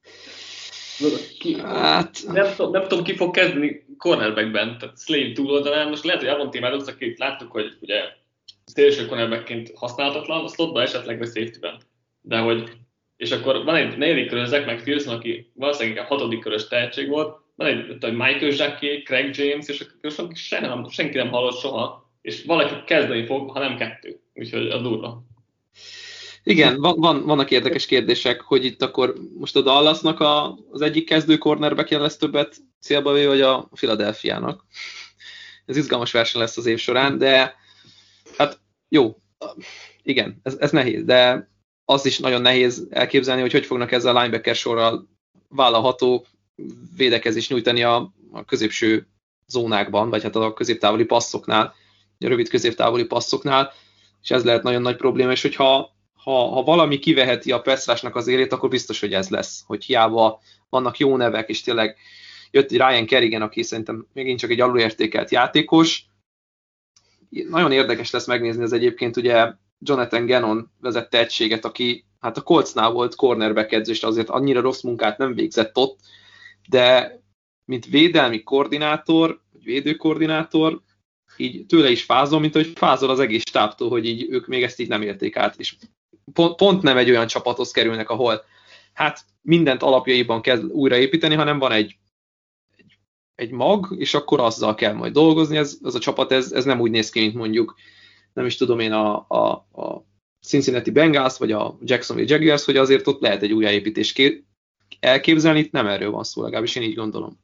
A: Ki, hát... nem, tudom, nem tudom, ki fog kezdeni cornerbackben, tehát Slay túloldalán. Most lehet, hogy Avonte Maddox, akit láttuk, hogy ugye szélső cornerbackként használhatatlan, a slotban esetleg vagy safety-ben. De hogy, és akkor van egy negyedik körös Zach McPherson, aki valószínűleg a hatodik körös tehetség volt, van egy Michael Jacquet, Craig James, és akkor senki nem, senki nem hallott soha, és valaki kezdeni fog, ha nem kettő. Úgyhogy a durva.
C: Igen, van, van, vannak érdekes kérdések, hogy itt akkor most a Dallasnak a, az egyik kezdő cornerbackjen lesz többet célba véve, vagy a Philadelphiának. Ez izgalmas verseny lesz az év során, de hát jó, igen, ez, ez nehéz, de az is nagyon nehéz elképzelni, hogy hogy fognak ezzel a linebacker sorral vállalható védekezést nyújtani a, a középső zónákban, vagy hát a középtávoli passzoknál, a rövid középtávoli passzoknál, és ez lehet nagyon nagy probléma, és hogyha ha, ha valami kiveheti a passzrásnak az élét, akkor biztos, hogy ez lesz, hogy hiába vannak jó nevek, és tényleg jött egy Ryan Kerrigan, aki szerintem megint csak egy alulértékelt játékos. Nagyon érdekes lesz megnézni ez egyébként, ugye Jonathan Gannon vezette egységet, aki hát a Coltsnál volt cornerback edző, és azért annyira rossz munkát nem végzett ott, de mint védelmi koordinátor, vagy védőkoordinátor, így tőle is fázol, mint hogy fázol az egész stábtól, hogy így ők még ezt így nem érték át, és pont, pont nem egy olyan csapathoz kerülnek, ahol hát mindent alapjaiban kell újraépíteni, hanem van egy, egy, egy mag, és akkor azzal kell majd dolgozni, ez, ez a csapat ez, ez nem úgy néz ki, mint mondjuk nem is tudom én a, a, a Cincinnati Bengals, vagy a Jacksonville Jaguars, hogy azért ott lehet egy újjáépítést elképzelni, itt nem erről van szó, legalábbis én így gondolom.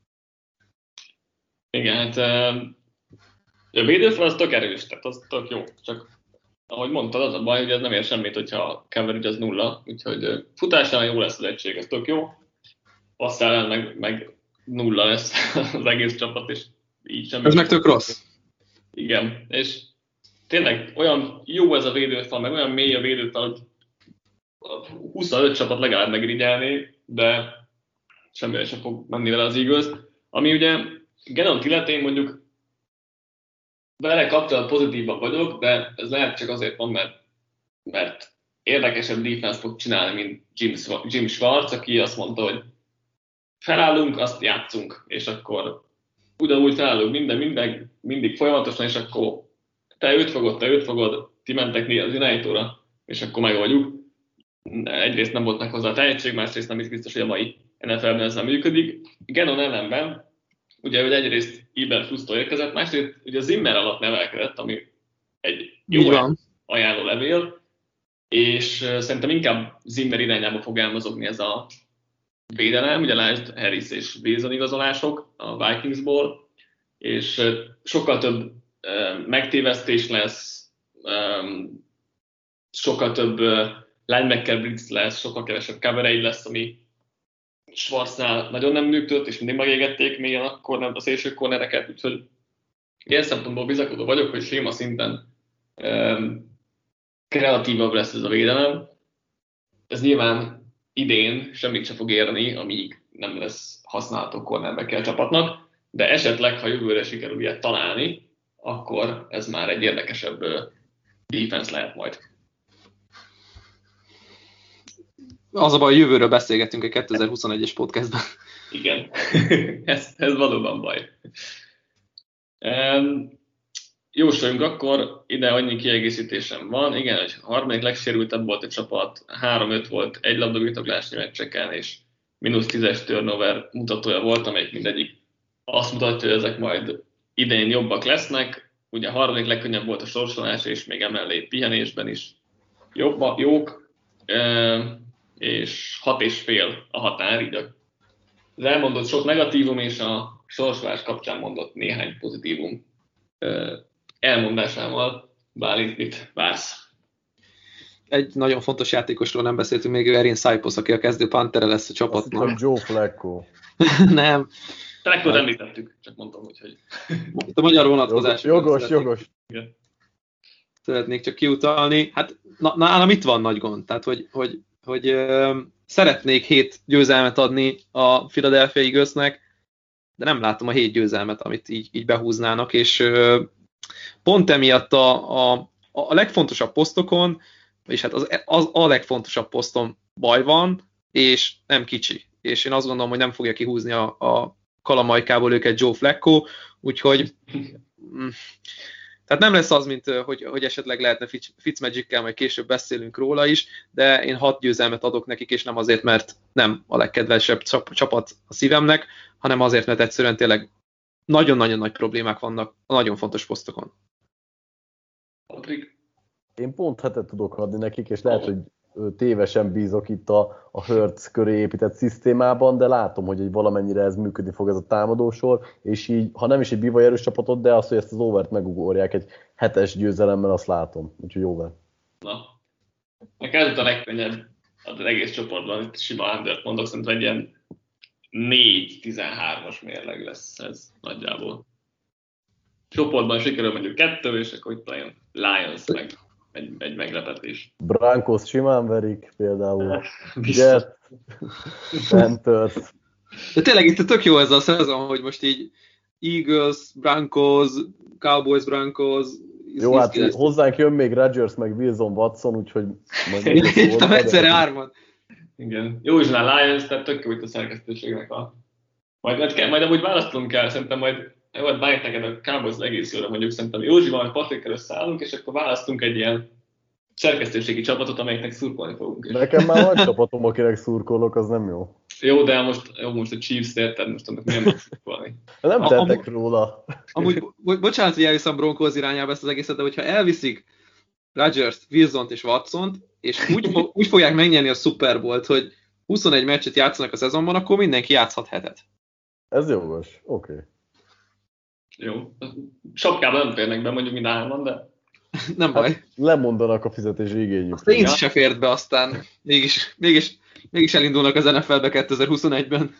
A: Igen, hát a védőfal az tök erős, tehát az tök jó, csak ahogy mondtad, az a baj, hogy ez nem ér semmit, hogyha a coverage az nulla, úgyhogy futásnál jó lesz az egység, ez tök jó, passzál meg, meg nulla lesz az egész csapat, és így semmi.
C: Ez meg tök rossz.
A: Igen, és tényleg olyan jó ez a védőfal, meg olyan mély a védőfal, hogy huszonöt csapat legalább megirigyelné, de semmire sem fog menni vele az Eagles. Ami ugye Gannon illetén mondjuk vele kapcsolatban pozitívban vagyok, de ez lehet csak azért van, mert, mert érdekesebb defense fog csinálni, mint Jim, Jim Schwartz, aki azt mondta, hogy felállunk, azt játszunk, és akkor ugyanúgy felállunk minden, minden, mindig folyamatosan, és akkor te őt fogod, te őt fogod, ti mentek az irányítóra, és akkor megoldjuk. Egyrészt nem volt meg hozzá a tehetség, másrészt nem is biztos, hogy a mai en ef el-ben ez nem működik. Gannon ellenben, ugye, hogy egyrészt Eberflus-tól érkezett, másrészt ugye Zimmer alatt nevelkedett, ami egy jó ajánló levél, és szerintem inkább Zimmer irányába fog elmozogni ez a védelem, ugye lásd Harris és Wilson igazolások a Vikingsból, és sokkal több megtévesztés lesz, sokkal több linebacker blitz lesz, sokkal kevesebb coverage lesz, ami Schwarznál nagyon nem működött, és mindig megégették mélyen a, corner, a szélső cornereket, úgyhogy ilyen szempontból bizakodó vagyok, hogy séma szinten um, kreatívabb lesz ez a védelem. Ez nyilván idén semmit sem fog érni, amíg nem lesz használható cornerback a csapatnak, de esetleg, ha jövőre sikerül ilyet találni, akkor ez már egy érdekesebb defense lehet majd.
C: Az a baj, jövőről beszélgetünk egy kétezer-huszonegyes podcastben.
A: Igen, ez, ez valóban baj. Um, jósoljunk akkor, ide annyi kiegészítésem van. Igen, hogy a harmadik legsérültebb volt a csapat, három öt volt egy labdabirtoklásnyi meccseken, és mínusz tízes turnover mutatója volt, amelyik mindegyik azt mutatja, hogy ezek majd idén jobbak lesznek. Ugye a harmadik legkönnyebb volt a sorsolás, és még emellé pihenésben is jobb, jók, és hat és fél a határ, így az elmondott sok negatívum, és a sorsolás kapcsán mondott néhány pozitívum elmondásával. Bálint, mit vársz?
C: Egy nagyon fontos játékosról nem beszéltünk még, Erin Saipos, aki a kezdő puntere lesz a csapatnak.
B: Azt Joe Flacco.
C: Nem.
A: Flacco említettük, csak mondtam, úgyhogy...
C: A magyar vonatkozás.
B: Jogos, jogos.
C: jogos. Szeretnék csak kiutalni. Hát na, nálam itt van nagy gond. Tehát, hogy, hogy, hogy ö, szeretnék hét győzelmet adni a Philadelphia Eaglesnek, de nem látom a hét győzelmet, amit így, így behúznának, és ö, pont emiatt a, a, a legfontosabb posztokon, és hát az, az a legfontosabb poszton baj van, és nem kicsi. És én azt gondolom, hogy nem fogja kihúzni a, a kalamajkából őket Joe Flacco, úgyhogy tehát nem lesz az, mint hogy, hogy esetleg lehetne Fitzmagic-kel, majd később beszélünk róla is, de én hat győzelmet adok nekik, és nem azért, mert nem a legkedvesebb csapat a szívemnek, hanem azért, mert egyszerűen tényleg nagyon-nagyon nagy problémák vannak a nagyon fontos posztokon.
A: Patrik?
B: Én pont hetet tudok adni nekik, és lehet, hogy tévesen bízok itt a, a Hurts köré épített szisztémában, de látom, hogy egy valamennyire ez működni fog ez a támadósor, és így, ha nem is egy bivaj erős csapatot, de azt, hogy ezt az overt megugorják egy hetes győzelemmel, azt látom. Úgyhogy over.
A: Na, nekem ez a legkönnyebb az egész csoportban, itt sima undert mondok, szerintem egy ilyen négy tizenhármas mérleg lesz ez nagyjából. Csoportban sikerül mondjuk kettő, és akkor itt olyan Lions meg egy, egy meglepetés.
B: Broncos simán verik például. Jet, Panthers.
C: De tényleg itt tök jó ez a szezon, hogy most így Eagles, Broncos, Cowboys, Broncos.
B: Jó, hát lesz. Hozzánk jön még Rodgers, meg Wilson, Watson, úgyhogy majd
C: értem egyszerre hárman.
A: Igen. Jó is a Lions, tehát tök jó itt a szerkesztőségnek a... Majd, majd, kell, majd amúgy választunk kell, szerintem majd jó, hát bárját neked a Cowboys egész jóra mondjuk, szerintem Józsival, hogy Patrikkel összeállunk, és akkor választunk egy ilyen szerkesztőségi csapatot, amelyeknek szurkolni fogunk. És...
B: Nekem már van csapatom, akinek szurkolok, az nem jó.
A: Jó, de most, jó, most a Chiefs érted, most annak milyen meg szurkolni.
B: Nem tettek róla.
C: Amúgy, bo- bocsánat, hogy elviszem Broncos irányába ezt az egészet, de hogyha elviszik Rodgers-t, Wilsont és Watsont, és úgy, úgy fogják megnyerni a Super Bowl-t, hogy huszonegy meccset játszanak a szezonban, akkor mindenki játszhat hetet.
B: Ez jogos, oké. Okay.
A: Jó. Sapkában nem férnek be, mondjuk mind hárman, de...
C: Nem baj. Hát,
B: lemondanak a fizetési igényük.
C: A pénz se fért be, aztán mégis, mégis, mégis elindulnak az en ef el-be kétezer-huszonegyben.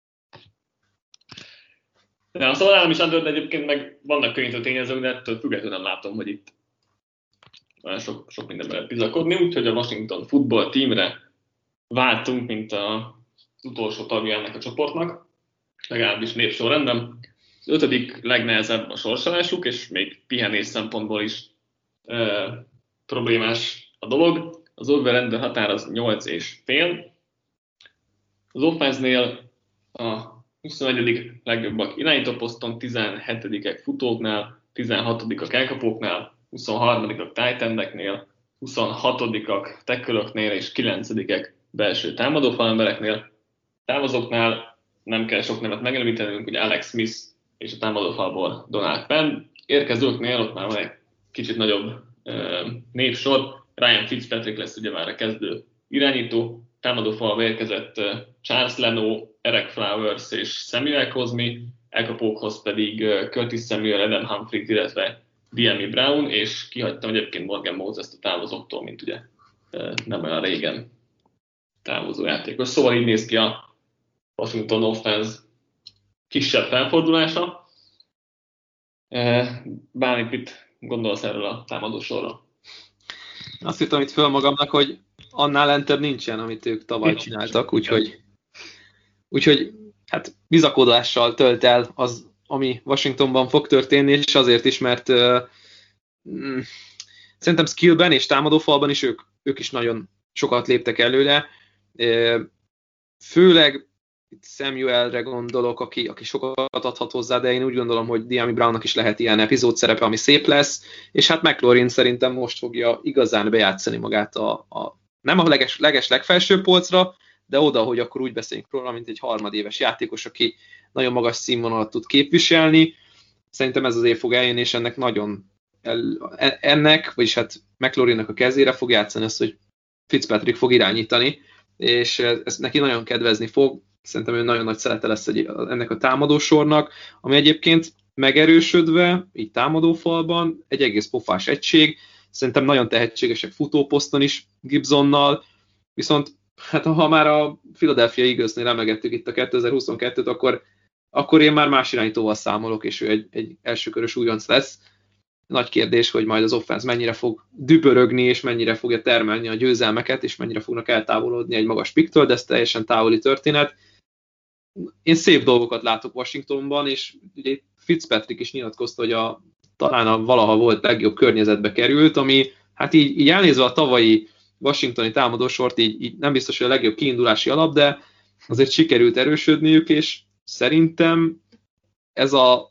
A: Ja, szóval nálam is Andor, de egyébként meg vannak könnyítő tényezők, de ettől függetlenül nem látom, hogy itt olyan sok, sok mindenben lehet bizakodni, úgyhogy a Washington Football Teamre váltunk, mint az utolsó tagja ennek a csoportnak, legalábbis népsorrendben. Az ötödik legnehezebb a sorsolásuk, és még pihenés szempontból is e, problémás a dolog. Az over-under határ az nyolc és fél. Az offense-nél a huszonegyedik legjobbak irányító poszton, tizenhetedikek futóknál, tizenhatodikak elkapóknál, huszonharmadikak tight endeknél, huszonhatodikak tackle-öknél és kilencedikek belső támadófalembereknél. Távozóknál nem kell sok nevet megemlítenünk, hogy Alex Smith és a támadófalból Donald Penn. Érkezőknél ott már van egy kicsit nagyobb uh, névsor. Ryan Fitzpatrick lesz ugye már a kezdő irányító. Támadófalba érkezett uh, Charles Leno, Eric Flowers és Samuel Cosmi. Elkapókhoz pedig uh, Curtis Samuel, Adam Humphries, illetve D M E Brown, és kihagytam egyébként Morgan Moses-t a távozóktól, mint ugye nem olyan régen távozó játékos. Szóval így néz ki a Washington offense kisebb felfordulása. Bálint, mit gondolsz erről a támadósorra?
C: Azt hittem itt föl magamnak, hogy annál lentebb nincsen, amit ők tavaly csináltak, úgyhogy, úgyhogy hát bizakodással tölt el az, ami Washingtonban fog történni, és azért is, mert uh, mm, szerintem skillben és támadófalban is ők, ők is nagyon sokat léptek előre. Uh, főleg itt Samuelre gondolok, aki, aki sokat adhat hozzá, de én úgy gondolom, hogy Dyami Brownnak is lehet ilyen epizód szerepe, ami szép lesz, és hát McLaurin szerintem most fogja igazán bejátszani magát a, a nem a leges, leges legfelső polcra, de oda, hogy akkor úgy beszéljünk róla, mint egy harmadéves játékos, aki nagyon magas színvonalat tud képviselni. Szerintem ez az év fog eljönni, és ennek nagyon el, ennek, vagyis hát McLaurinnak a kezére fog játszani azt, hogy Fitzpatrick fog irányítani, és ez neki nagyon kedvezni fog. Szerintem ő nagyon nagy szerete lesz egy, ennek a támadósornak, ami egyébként megerősödve, így támadófalban, egy egész pofás egység, szerintem nagyon tehetségesek futóposzton is Gibsonnal, viszont hát ha már a Philadelphia Eaglesnél emelgettük itt a kétezer-huszonkettőt, akkor, akkor én már más irányítóval számolok, és ő egy, egy elsőkörös újonc lesz. Nagy kérdés, hogy majd az offense mennyire fog dübörögni, és mennyire fogja termelni a győzelmeket, és mennyire fognak eltávolodni egy magas piktől, de ez teljesen távoli történet. Én szép dolgokat látok Washingtonban, és ugye Fitzpatrick is nyilatkozta, hogy a, talán a valaha volt legjobb környezetbe került, ami hát így, így elnézve a tavalyi washingtoni támadósort, így, így nem biztos, hogy a legjobb kiindulási alap, de azért sikerült erősödniük, és szerintem ez a,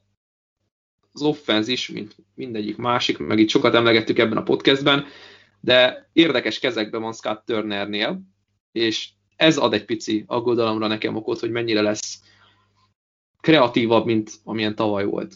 C: az offense is, mint mindegyik másik, meg itt sokat emlegettük ebben a podcastben, de érdekes kezekben van Scott Turnernél, és ez ad egy pici aggodalomra nekem okot, hogy mennyire lesz kreatívabb, mint amilyen tavaly volt.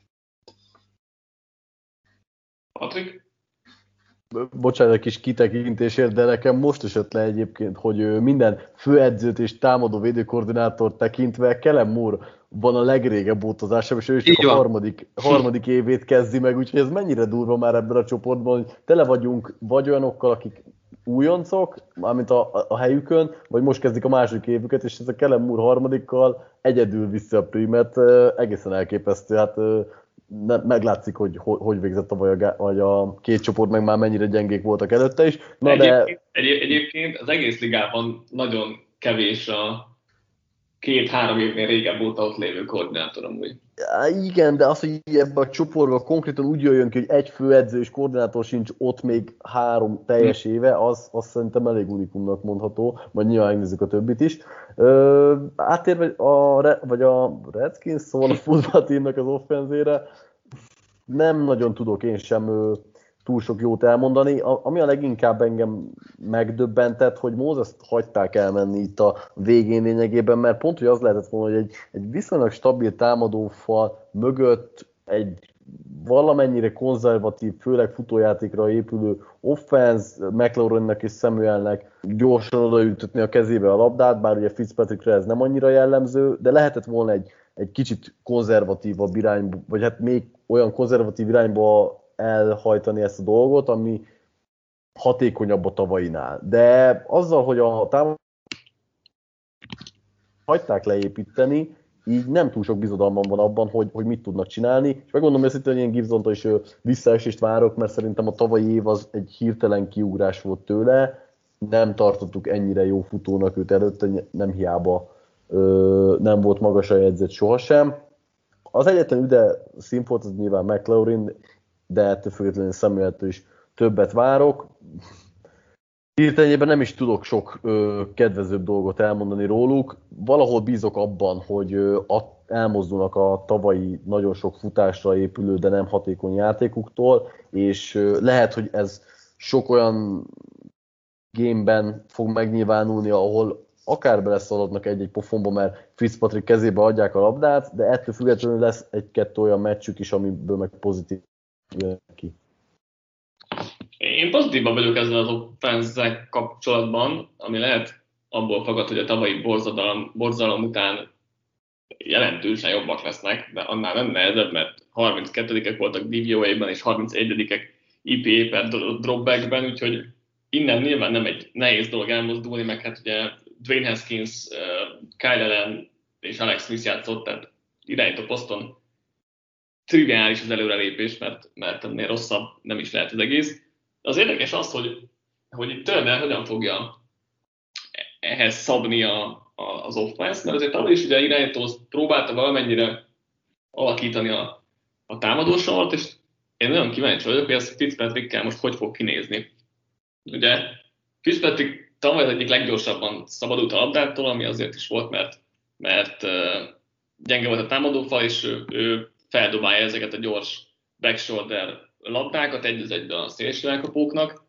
A: Patrik?
B: Bocsánat, egy kis kitekintésért, de nekem most esett le egyébként, hogy minden főedzőt és támadó védőkoordinátort tekintve Kellen Moore van a legrégebb ótozásában, és ő is csak a harmadik, harmadik évét kezdi meg, úgyhogy ez mennyire durva már ebben a csoportban, hogy tele vagyunk vagy olyanokkal, akik újoncok, mármint a, a helyükön, vagy most kezdik a második évüket, és ez a Kellen Moore harmadikkal egyedül vissza a prímet, egészen elképesztő, hát ne, meglátszik, hogy hogy végzett a vagy a, vagy a két csoport, meg már mennyire gyengék voltak előtte is. Na
A: egyébként,
B: de...
A: egy, egyébként az egész ligában nagyon kevés a két-három évnél régebb óta ott lévő koordinátor amúgy.
B: Ja, igen, de az, hogy ebben a csoportban konkrétan úgy jöjjön ki, hogy egy főedző és koordinátor sincs ott még három teljes éve, az, az szerintem elég unikumnak mondható, majd nyilván megnézzük a többit is. Ö, áttérve a, vagy a Redskins, szóval a futballtímnek az offenzére, nem nagyon tudok én sem ö, túl sok jót elmondani. A, ami a leginkább engem megdöbbentett, hogy Moses-t hagyták elmenni itt a végén lényegében, mert pont, hogy az lehetett volna, hogy egy, egy viszonylag stabil támadófal mögött egy valamennyire konzervatív, főleg futójátékra épülő offense, McLaurinnek és Samuelnek gyorsan odaütetni a kezébe a labdát, bár ugye Fitzpatrickre ez nem annyira jellemző, de lehetett volna egy, egy kicsit konzervatívabb irányba, vagy hát még olyan konzervatív irányba elhajtani ezt a dolgot, ami hatékonyabb a tavainál. De azzal, hogy a támadót hagyták leépíteni, így nem túl sok bizodalmam van abban, hogy, hogy mit tudnak csinálni. És megmondom őszintén, hogy én Gibsontól is visszaesést várok, mert szerintem a tavalyi év az egy hirtelen kiugrás volt tőle. Nem tartottuk ennyire jó futónak őt előtte, nem hiába ö, nem volt magasan jegyzett sohasem. Az egyetlen üde színfolt az nyilván McLaurin, de ettől függetlenül Samueltől is többet várok. Hirtelenjében nem is tudok sok ö, kedvezőbb dolgot elmondani róluk. Valahol bízok abban, hogy ö, a, elmozdulnak a tavalyi nagyon sok futásra épülő, de nem hatékony játékuktól, és ö, lehet, hogy ez sok olyan gameben fog megnyilvánulni, ahol akár beleszaladnak egy-egy pofonba, mert Fitzpatrick kezébe adják a labdát, de ettől függetlenül lesz egy-kettő olyan meccsük is, amiből meg pozitív jön ki.
A: Én pozitívban vagyok ezzel az offense kapcsolatban, ami lehet abból fakad, hogy a tavalyi borzadalom, borzalom után jelentősen jobbak lesznek, de annál nem nehezebb, mert harminckettődik voltak D V O A-ben és harmincegyedikek I P A per dropbackben, úgyhogy innen nyilván nem egy nehéz dolog elmozdulni, meg hát ugye Dwayne Haskins, Kyle Allen és Alex Smith játszott, tehát irányító poszton triviális az előrelépés, mert, mert ennél rosszabb nem is lehet az egész. Az érdekes az, hogy, hogy itt Turner hogyan fogja ehhez szabni a, a, az offense, mert azért tavaly is ugye irányító próbálta valamennyire alakítani a, a támadósort, és én nagyon kíváncsi vagyok, hogy ez Fitzpatrickkel most hogy fog kinézni. Ugye Fitzpatrick tavaly az egyik leggyorsabban szabadult a labdától, ami azért is volt, mert, mert uh, gyenge volt a támadófal, és ő, ő feldobálja ezeket a gyors backshoulder labdákat egy az egyben a szélső elkapóknak.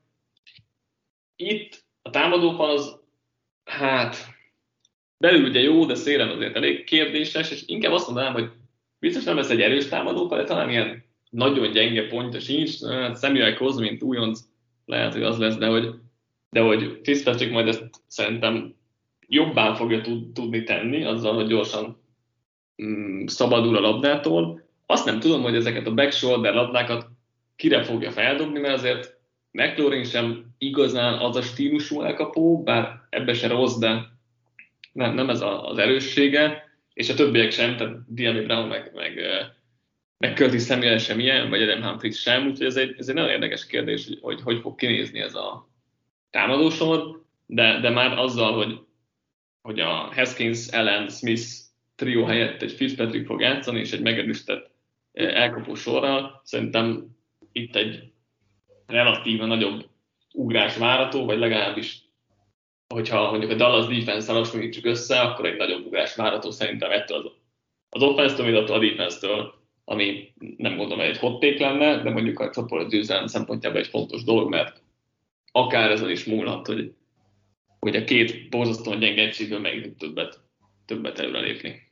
A: Itt a támadófal az, hát, belül ugye jó, de szélen azért elég kérdéses, és inkább azt mondanám, hogy biztos nem lesz egy erős támadófal, de talán ilyen nagyon gyenge pontja sincs. Samuel Cosme, mint újonc, lehet, hogy az lesz, de hogy, de hogy Fitzpatrick majd ezt szerintem jobbá fogja tudni tenni, azzal, hogy gyorsan mm, szabadul a labdától. Azt nem tudom, hogy ezeket a backshoulder labdákat kire fogja feldobni, mert azért McLaurin sem igazán az a stílusú elkapó, bár ebbe se rossz, de nem, nem ez a, az erőssége, és a többiek sem, tehát Diami Brown meg, meg, meg Curtis Samuel sem ilyen, vagy Adam Humphries sem, úgyhogy ez egy, ez egy nagyon érdekes kérdés, hogy, hogy hogy fog kinézni ez a támadósor, de, de már azzal, hogy, hogy a Haskins, Allen, Smith trió helyett egy Fitzpatrick fog játszani, és egy megerősített elkapó sorral, szerintem itt egy relatíve nagyobb ugrás várható, vagy legalábbis, hogyha mondjuk a Dallas defense-szel hasonlítsuk össze, akkor egy nagyobb ugrás várható szerintem ettől az, az offense-től, mint attól a defense-től, ami nem gondolom, hogy egy hot take lenne, de mondjuk a csoport győzelem szempontjából egy fontos dolog, mert akár ezen is múlhat, hogy, hogy a két borzasztóan gyenge egységből megint többet, többet előrelépni.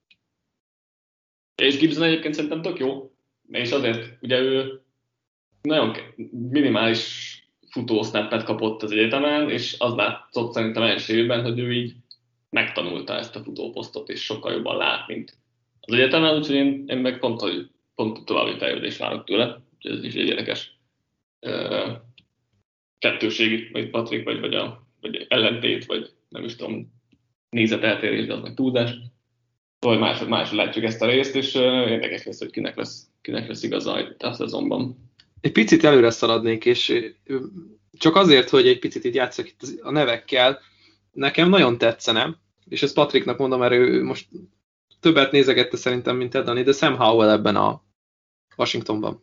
A: És Gibson egyébként szerintem tök jó, és azért ugye ő nagyon minimális futósnappet kapott az egyetemen, és az látszott szerintem első évben, hogy ő így megtanulta ezt a futóposztot, és sokkal jobban lát, mint az egyetemen, úgyhogy én, én meg pont, hogy pont további fejlődést várok tőle, úgyhogy ez is egy érdekes uh, kettőség, vagy Patrick, vagy, vagy, a, vagy ellentét, vagy nem is tudom, nézeteltérés, de az meg túlzás. Vagy másod, másod látjuk ezt a részt, és uh, érdekes lesz, hogy kinek lesz, kinek lesz igaza itt a szezonban.
C: Egy picit előre szaladnék, és csak azért, hogy egy picit így játszok itt a nevekkel, nekem nagyon tetszene, és ezt Patricknak mondom, mert ő most többet nézegette szerintem, mint Ed Dani, de Sam Howell ebben a Washingtonban.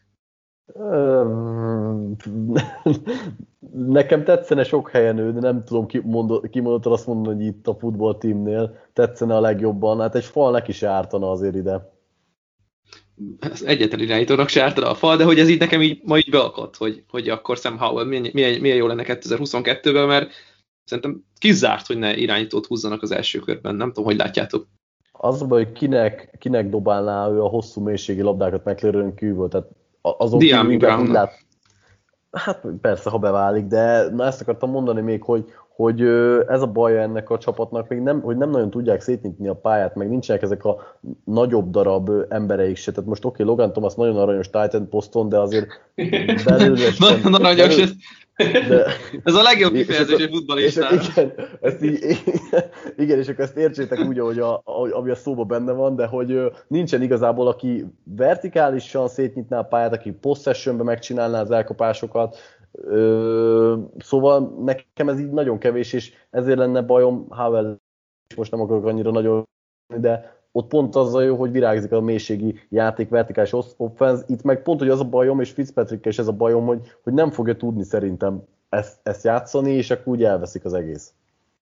B: Nekem tetszene sok helyen ő, de nem tudom kimondottan azt mondani, hogy itt a futballteamnél tetszene a legjobban. Hát egy fal neki se ártana azért ide.
C: Ez egyetlen irányítónak se ártana a fal, de hogy ez így nekem így ma így beakadt, hogy, hogy akkor Sam Howell milyen, milyen, milyen jó lenne kétezer-huszonkettőben, mert szerintem kizárt, hogy ne irányítót húzzanak az első körben. Nem tudom, hogy látjátok.
B: Az a baj, hogy kinek, kinek dobálná ő a hosszú mélységi labdákat McLaren kívül, tehát azon kívül inkább úgy lát... Hát persze, ha beválik, de na ezt akartam mondani még, hogy, hogy ez a baj ennek a csapatnak, még nem, hogy nem nagyon tudják szétnyitni a pályát, meg nincsenek ezek a nagyobb darab embereik se. Tehát most oké, okay, Logan Thomas nagyon aranyos tight end poszton, de azért belőle sem...
C: Nagyon aranyos, belül, de, ez a legjobb kifejezés egy futballistára.
B: Igen, ezt így, igen, és akkor ezt értsétek úgy, ahogy a, ami a szóban benne van, de hogy nincsen igazából, aki vertikálisan szétnyitná a pályát, aki possessionbe megcsinálná az elkapásokat, Ö, szóval nekem ez így nagyon kevés, és ezért lenne bajom, Howell is most nem akarok annyira nagyon, de ott pont az a jó, hogy virágzik a mélységi játék, vertikális offense, itt meg pont, hogy az a bajom, és Fitzpatrick és ez a bajom, hogy, hogy nem fogja tudni szerintem ezt, ezt játszani, és akkor úgy elveszik az egész.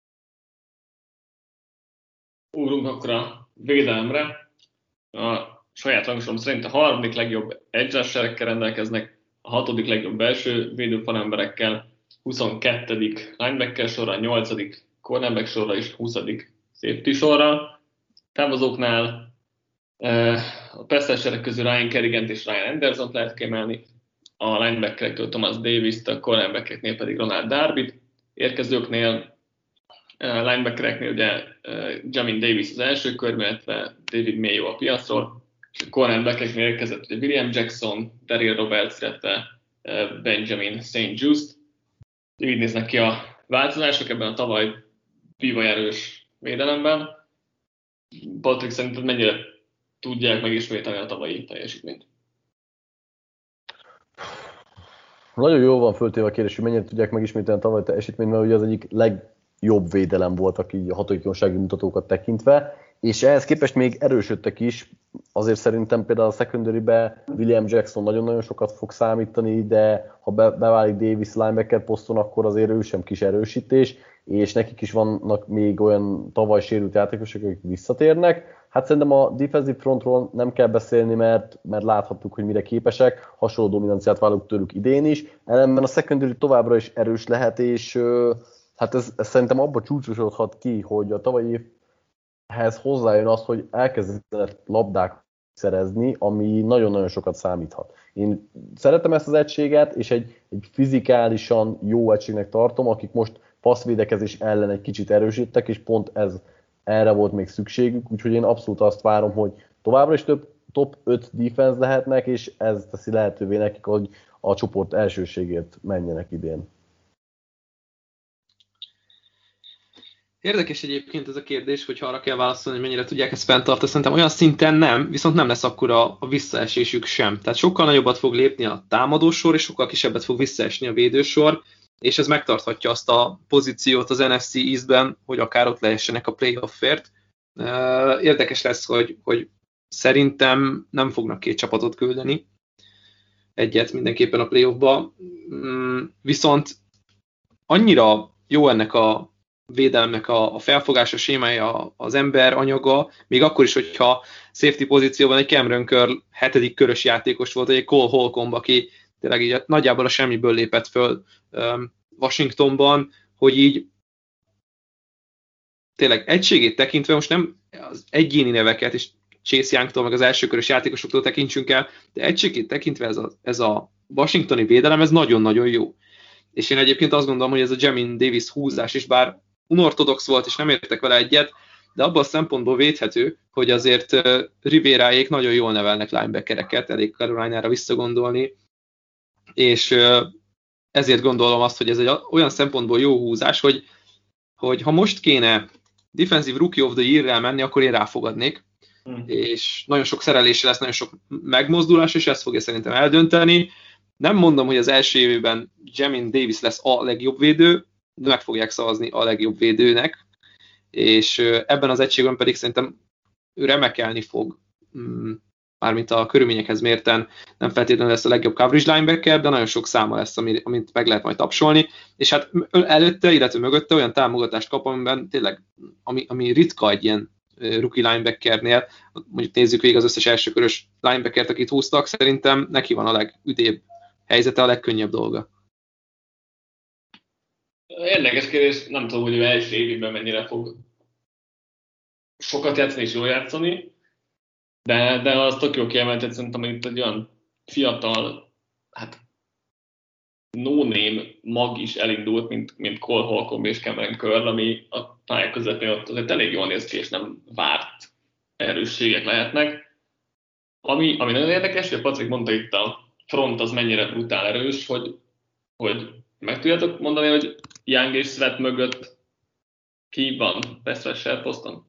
A: Ugrunk akkor a védelemre. A saját rangsom szerint a harmadik legjobb edge rusherekkel rendelkeznek, a hatodik legjobb belső védőfalemberekkel, huszonkettedik linebacker sorra, nyolcadik cornerback sorra és huszadik safety sorra. Távozóknál a pass-rusherek közül Ryan Kerrigant és Ryan Andersont lehet kiemelni, a linebackerektől Thomas Davis-t, a cornerbackereknél pedig Ronald Darbyt. Érkezőknél, linebackereknél ugye Jamin Davis az első körben, illetve David Mayo a piacról, és a cornerbackeknél érkezett ugye William Jackson, Daryl Roberts, illetve Benjamin Saint Just. így néznek ki a változások ebben a tavaly pivaj erős védelemben. Patrik, szerinted mennyire tudják megismételni a tavalyi teljesítményt?
B: Nagyon jól van föltéve a kérdés, hogy mennyire tudják megismételni a tavalyi teljesítményt, mert ugye az egyik legjobb védelem voltak így a hatékonysági mutatókat tekintve, és ehhez képest még erősödtek is. Azért szerintem például a secondary-be William Jackson nagyon-nagyon sokat fog számítani, de ha be, beválik Davis linebacker poszton, akkor azért ő sem kis erősítés, és nekik is vannak még olyan tavaly sérült játékosok, akik visszatérnek. Hát szerintem a defensive frontról nem kell beszélni, mert, mert láthattuk, hogy mire képesek, hasonló dominanciát vállalunk tőlük idén is. Ellenben a secondary továbbra is erős lehet, és hát ez, ez szerintem abba csúcsosodhat ki, hogy a tavalyi ehhez hozzájön az, hogy elkezdett labdák szerezni, ami nagyon-nagyon sokat számíthat. Én szeretem ezt az egységet, és egy, egy fizikálisan jó egységnek tartom, akik most passzvédekezés ellen egy kicsit erősítettek, és pont ez, erre volt még szükségük, úgyhogy én abszolút azt várom, hogy továbbra is több top öt defense lehetnek, és ez teszi lehetővé nekik, hogy a csoport elsőségért menjenek idén.
C: Érdekes egyébként ez a kérdés, hogy arra kell válaszolni, hogy mennyire tudják ezt fenntartani. Szerintem olyan szinten nem, viszont nem lesz akkora a visszaesésük sem. Tehát sokkal nagyobbat fog lépni a támadósor, és sokkal kisebbet fog visszaesni a védősor, és ez megtarthatja azt a pozíciót az en ef cé Eastben, hogy akár ott lehessenek a playoffért. Érdekes lesz, hogy, hogy szerintem nem fognak két csapatot küldeni. Egyet mindenképpen a playoffba. Viszont annyira jó ennek a védelemnek a, a felfogása, sémája, az ember anyaga, még akkor is, hogyha safety pozícióban egy Cameron Curl hetedik körös játékos volt, vagy egy Cole Holcomb, aki tényleg így nagyjából a semmiből lépett föl um, Washingtonban, hogy így tényleg egységét tekintve, most nem az egyéni neveket, és Chase Youngtól, meg az elsőkörös játékosoktól tekintsünk el, de egységét tekintve ez a, ez a washingtoni védelem, ez nagyon-nagyon jó. És én egyébként azt gondolom, hogy ez a Jamin Davis húzás is, bár unortodox volt, és nem értek vele egyet, de abban a szempontból védhető, hogy azért uh, Rivéráék nagyon jól nevelnek linebackereket, elég Carolina-ra visszagondolni, és uh, ezért gondolom azt, hogy ez egy olyan szempontból jó húzás, hogy, hogy ha most kéne Defensive Rookie of the Year-rel menni, akkor én ráfogadnék, mm. és nagyon sok szerelése lesz, nagyon sok megmozdulás, és ezt fogja szerintem eldönteni. Nem mondom, hogy az első évben Jamin Davis lesz a legjobb védő, de meg fogják szavazni a legjobb védőnek, és ebben az egységben pedig szerintem ő remekelni fog, mármint a körülményekhez mérten nem feltétlenül lesz a legjobb coverage linebacker, de nagyon sok száma lesz, amit meg lehet majd tapsolni, és hát előtte, illetve mögötte olyan támogatást kap, amiben tényleg, ami, ami ritka egy ilyen rookie linebackernél, mondjuk nézzük végig az összes elsőkörös linebackert, akit húztak, szerintem neki van a legüdébb helyzete, a legkönnyebb dolga.
A: Érdekes kérdés, nem tudom, hogy ő első évében mennyire fog sokat játszani és jól játszani, de, de az tök jó kiemeltet, szerintem, hogy itt egy olyan fiatal, hát no-name mag is elindult, mint, mint Cole Holcomb és Cameron Curl, ami a pályák közepén ott azért elég jól néz ki, és nem várt erősségek lehetnek. Ami, ami nagyon érdekes, hogy a Patrik mondta itt, a front az mennyire brutál erős, hogy, hogy meg tudjátok mondani, hogy Young és Sweat mögött ki van pass rusher poszton?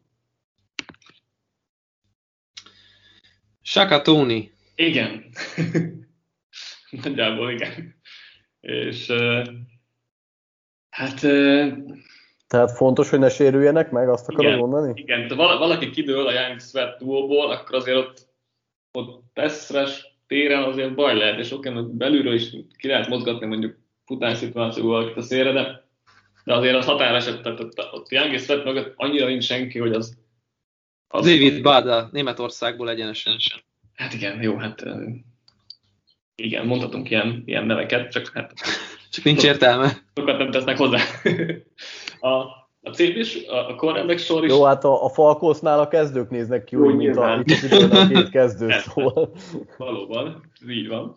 C: Shaka Toney.
A: Igen. Nagyjából igen. És uh, hát... Uh,
B: Tehát fontos, hogy ne sérüljenek meg, azt akarod mondani?
A: Igen, ha valaki kidől a Young Sweat duóból, akkor azért ott, ott pass rush téren azért baj lehet, és oké, belülről is ki lehet mozgatni mondjuk futányszituációval itt a szélre, de, de azért az határeset, tehát ott, ott Young és Sweat mögött annyira nincs senki, hogy az...
C: az David Bada, Németországból egyenesen.
A: Hát igen, jó, hát igen, mondhatunk ilyen, ilyen neveket, csak hát...
C: Csak nincs értelme.
A: Sokat nem tesznek hozzá. A, a cép is, a cornerback sor is...
B: Jó, hát a, a Falconsnál a kezdők néznek ki, úgy, mint a, itt a két kezdő, szóval.
A: Valóban, ez így van.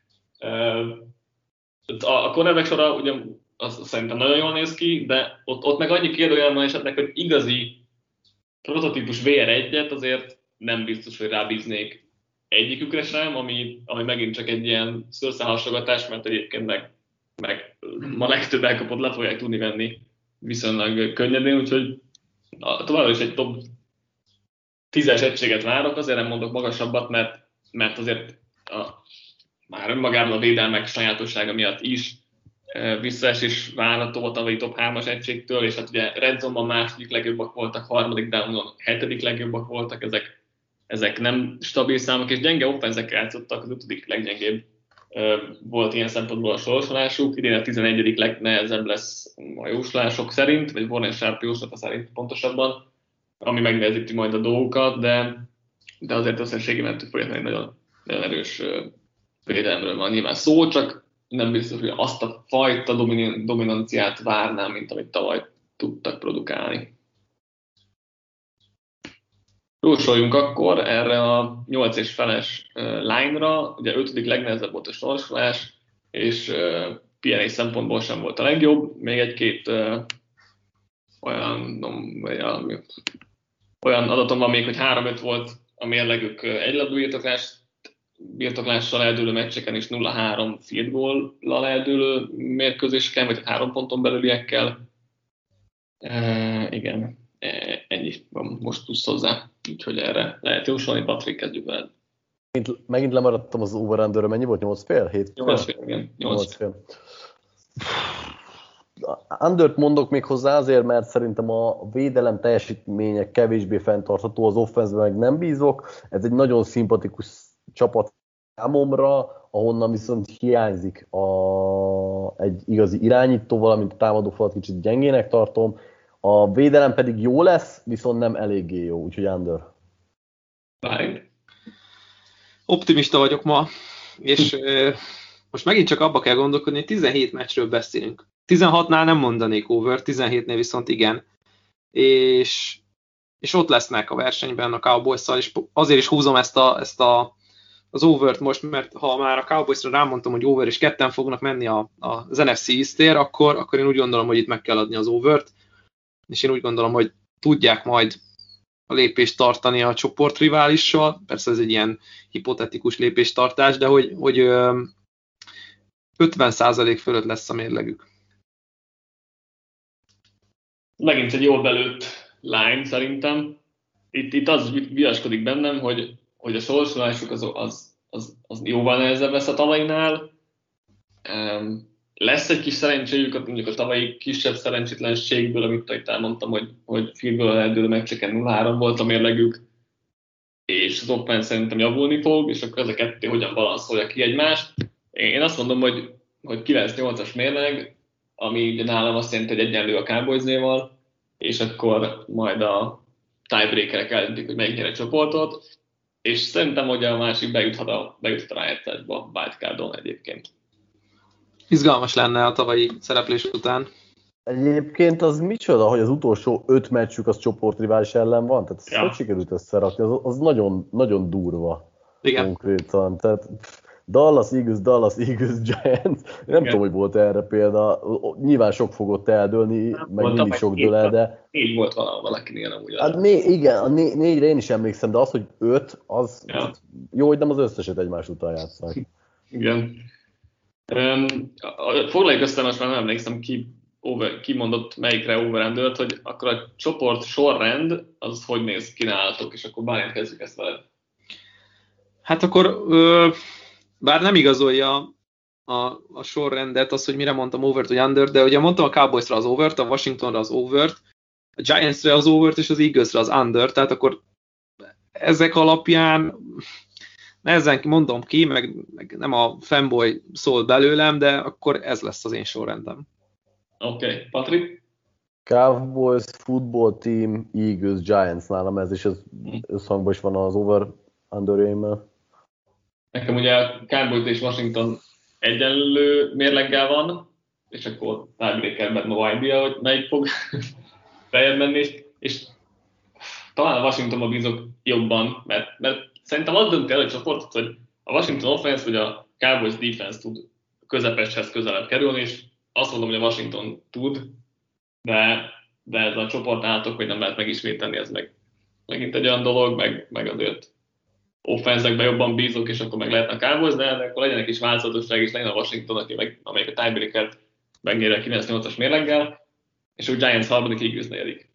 A: A, a cornerback sora ugye az szerintem nagyon jól néz ki, de ott, ott meg annyi kérdőjel van esetleg, hogy igazi prototípus vé er egyet azért nem biztos, hogy rábíznék egyikükre sem, ami, ami megint csak egy ilyen szőrszálhasogatás, mert egyébként meg meg ma legtöbb elkapott le fogják tudni venni viszonylag könnyedén, úgyhogy továbbra is egy top tízes egységet várok, azért nem mondok magasabbat, mert, mert azért a, már önmagában a védelmek sajátossága miatt is e, visszaesés várható a tavalyi top hármas egységtől, és hát ugye Red Zone-ban második legjobbak voltak, harmadik downon hetedik legjobbak voltak, ezek, ezek nem stabil számok, és gyenge offenzekkel játszottak, az ötödik leggyengébb e, volt ilyen szempontból a sorsolásuk, idén a tizenegyedik legnehezebb lesz a jóslások szerint, vagy Warren Sharp jóslata szerint pontosabban, ami megnehezíti majd a dolgokat, de, de azért összességében folyamatosan egy nagyon, nagyon erős védelemről van nyilván szó, csak nem biztos, hogy azt a fajta domin- dominanciát várnám, mint amit tavaly tudtak produkálni. Jósoljunk akkor erre a nyolc és feles line-ra, ugye ötödik legnehezebb volt a sorsolás, és pé en á szempontból sem volt a legjobb, még egy-két olyan, olyan, olyan adatom van még, hogy három-öt volt a mérlegük egylabdú birtoklás, birtoklással eldőlő meccseken, és nulla három field goal-lal eldőlő mérkőzéseken, vagy három ponton belüliekkel. E, igen, e, ennyi van most plusz hozzá, úgyhogy erre lehet jósolni. Patrik, kezdjük veled.
B: Megint, megint lemaradtam az over-underről, mennyi volt? nyolc fél? hét fél?
A: nyolc fél, igen.
B: nyolc fél. Undert mondok még hozzá azért, mert szerintem a védelem teljesítménye kevésbé fenntartható, az offenszben meg nem bízok. Ez egy nagyon szimpatikus csapat számomra, ahonnan viszont hiányzik a, egy igazi irányító, valamint a támadófalat kicsit gyengének tartom. A védelem pedig jó lesz, viszont nem eléggé jó, úgyhogy under.
A: Bye.
C: Optimista vagyok ma, és most megint csak abba kell gondolkodni, hogy tizenhét meccsről beszélünk. tizenhatnál nem mondanék over, tizenhétnél viszont igen. És, és ott lesznek a versenyben a Cowboys-szal, és azért is húzom ezt, a, ezt a, az overt most, mert ha már a Cowboys-ra rámondtam, hogy over, és ketten fognak menni a, a, az en ef cé East-ér, akkor, akkor én úgy gondolom, hogy itt meg kell adni az overt, és én úgy gondolom, hogy tudják majd a lépést tartani a csoportriválissal, persze ez egy ilyen hipotetikus lépéstartás, de hogy, hogy ötven százalék fölött lesz a mérlegük.
A: Megint egy jól belőtt line szerintem. Itt, itt az viaskodik bennem, hogy, hogy a sorsolásuk az, az, az, az jóval nehezebb lesz a tavalyinál. Um, lesz egy kis szerencséjük, mondjuk a tavalyi kisebb szerencsétlenségből, amit itt elmondtam, hogy, hogy field goal eldőlő meccseken nulla három volt a mérlegük, és az offense szerintem javulni fog, és akkor ez a kettő hogyan balanszolja ki egymást. Én azt mondom, hogy, hogy kilenc nyolcas mérleg, ami ugye nálam azt jelenti, hogy egyenlő a Cowboys-néval, és akkor majd a tiebreakerek eldöntik, hogy melyik nyer a csoportot, és szerintem, hogy a másik bejuthat a, bejuthat a rájátszásba, wildcardon egyébként.
C: Izgalmas lenne a tavalyi szereplés után.
B: Egyébként az micsoda, hogy az utolsó öt meccsük az csoportrivális ellen van? Tehát ezt
A: Ja.
B: hogy sikerült összerakni? Az, az nagyon, nagyon durva.
C: Igen.
B: Konkrétan. Tehát Dallas Eagles, Dallas Eagles, Giants. Nem
A: Igen.
B: tudom, hogy volt erre példa. Nyilván sok fogott eldőlni,
A: Nem
B: meg
A: voltam,
B: mindig
A: meg
B: sok
A: négy
B: dől el, de...
A: Négy volt valahol valakinél amúgy.
B: Hát né, igen, a né, négyre én is emlékszem, de az, hogy öt, az
A: Ja.
B: jó, hogy nem az összeset egymás után játszanak.
A: Igen. Um, foglaljuk össze, most már nem emlékszem, ki, over, ki mondott melyikre over-endert, hogy akkor a csoport sorrend, az hogy néz ki nálatok, és akkor bárján kezdjük ezt veled.
C: Hát akkor, ö, bár nem igazolja a, a sorrendet, az, hogy mire mondtam overt vagy under, de ugye mondtam a Cowboysra az overt, a Washingtonra az overt, a Giantsre az overt, és az Eaglesre az under, tehát akkor ezek alapján nehezen mondom ki, meg, meg nem a fanboy szól belőlem, de akkor ez lesz az én sorrendem.
A: Oké, okay. Patrik?
B: Cowboys, Football Team, Eagles, Giants nálam ez, és ez összhangban is van az over-underjaimmel.
A: Nekem ugye a Cowboys és Washington egyenlő mérleggel van, és akkor tiebreakerben no idea, hogy melyik fog feljebb menni, és, és talán a Washingtonban bízok jobban, mert, mert szerintem az dönt el a csoportot, hogy a Washington offense vagy a Cowboys defense tud közepeshez közelebb kerülni, és azt mondom, hogy a Washington tud, de, de ez a csoport állatok, hogy nem lehet megismételni, ez meg megint egy olyan dolog, meg, meg azért offenzekben jobban bízok, és akkor meg lehetnek Cowboys, de akkor legyenek is változatosság, és legyen a Washington, aki meg, amelyik a tiebreakert megnyeri a kilenc nyolcas mérleggel, és úgy Giants harmadik, Eagles negyedik.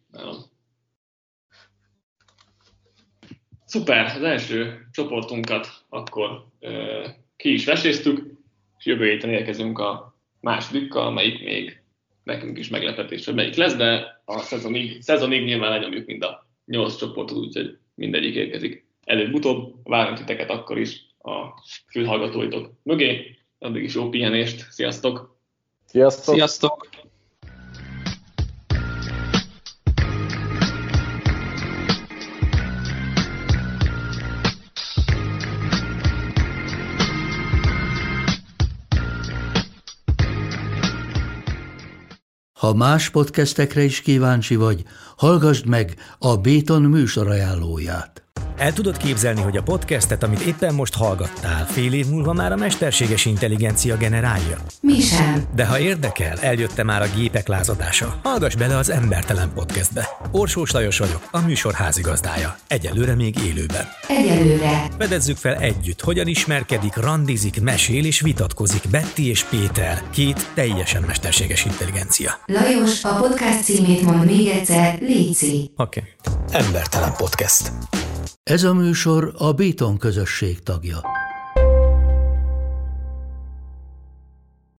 A: Szuper, az első csoportunkat akkor uh, ki is veséztük, és jövő héten érkezünk a másodikkal, amelyik még nekünk is meglepetés, hogy melyik lesz, de a szezonig, szezonig nyilván lenyomjuk mind a nyolc csoportot, úgyhogy mindegyik érkezik előbb-utóbb. Várunk titeket akkor is a fülhallgatóitok mögé. Addig is jó pihenést, sziasztok!
B: Sziasztok!
C: Sziasztok!
D: Ha más podcastekre is kíváncsi vagy, hallgassd meg a Béton műsor ajánlóját.
E: El tudod képzelni, hogy a podcastet, amit éppen most hallgattál, fél év múlva már a mesterséges intelligencia generálja?
F: Mi sem.
E: De ha érdekel, eljött már a gépek lázadása. Hallgass bele az Embertelen Podcastbe. Orsós Lajos vagyok, a műsor házigazdája. Egyelőre még élőben.
F: Egyelőre.
E: Fedezzük fel együtt, hogyan ismerkedik, randizik, mesél és vitatkozik Betty és Péter, két teljesen mesterséges intelligencia.
F: Lajos, a podcast címét mond még egyszer, léci.
E: Oké. Okay. Embertelen Podcast.
D: Ez a műsor a Béton közösség tagja.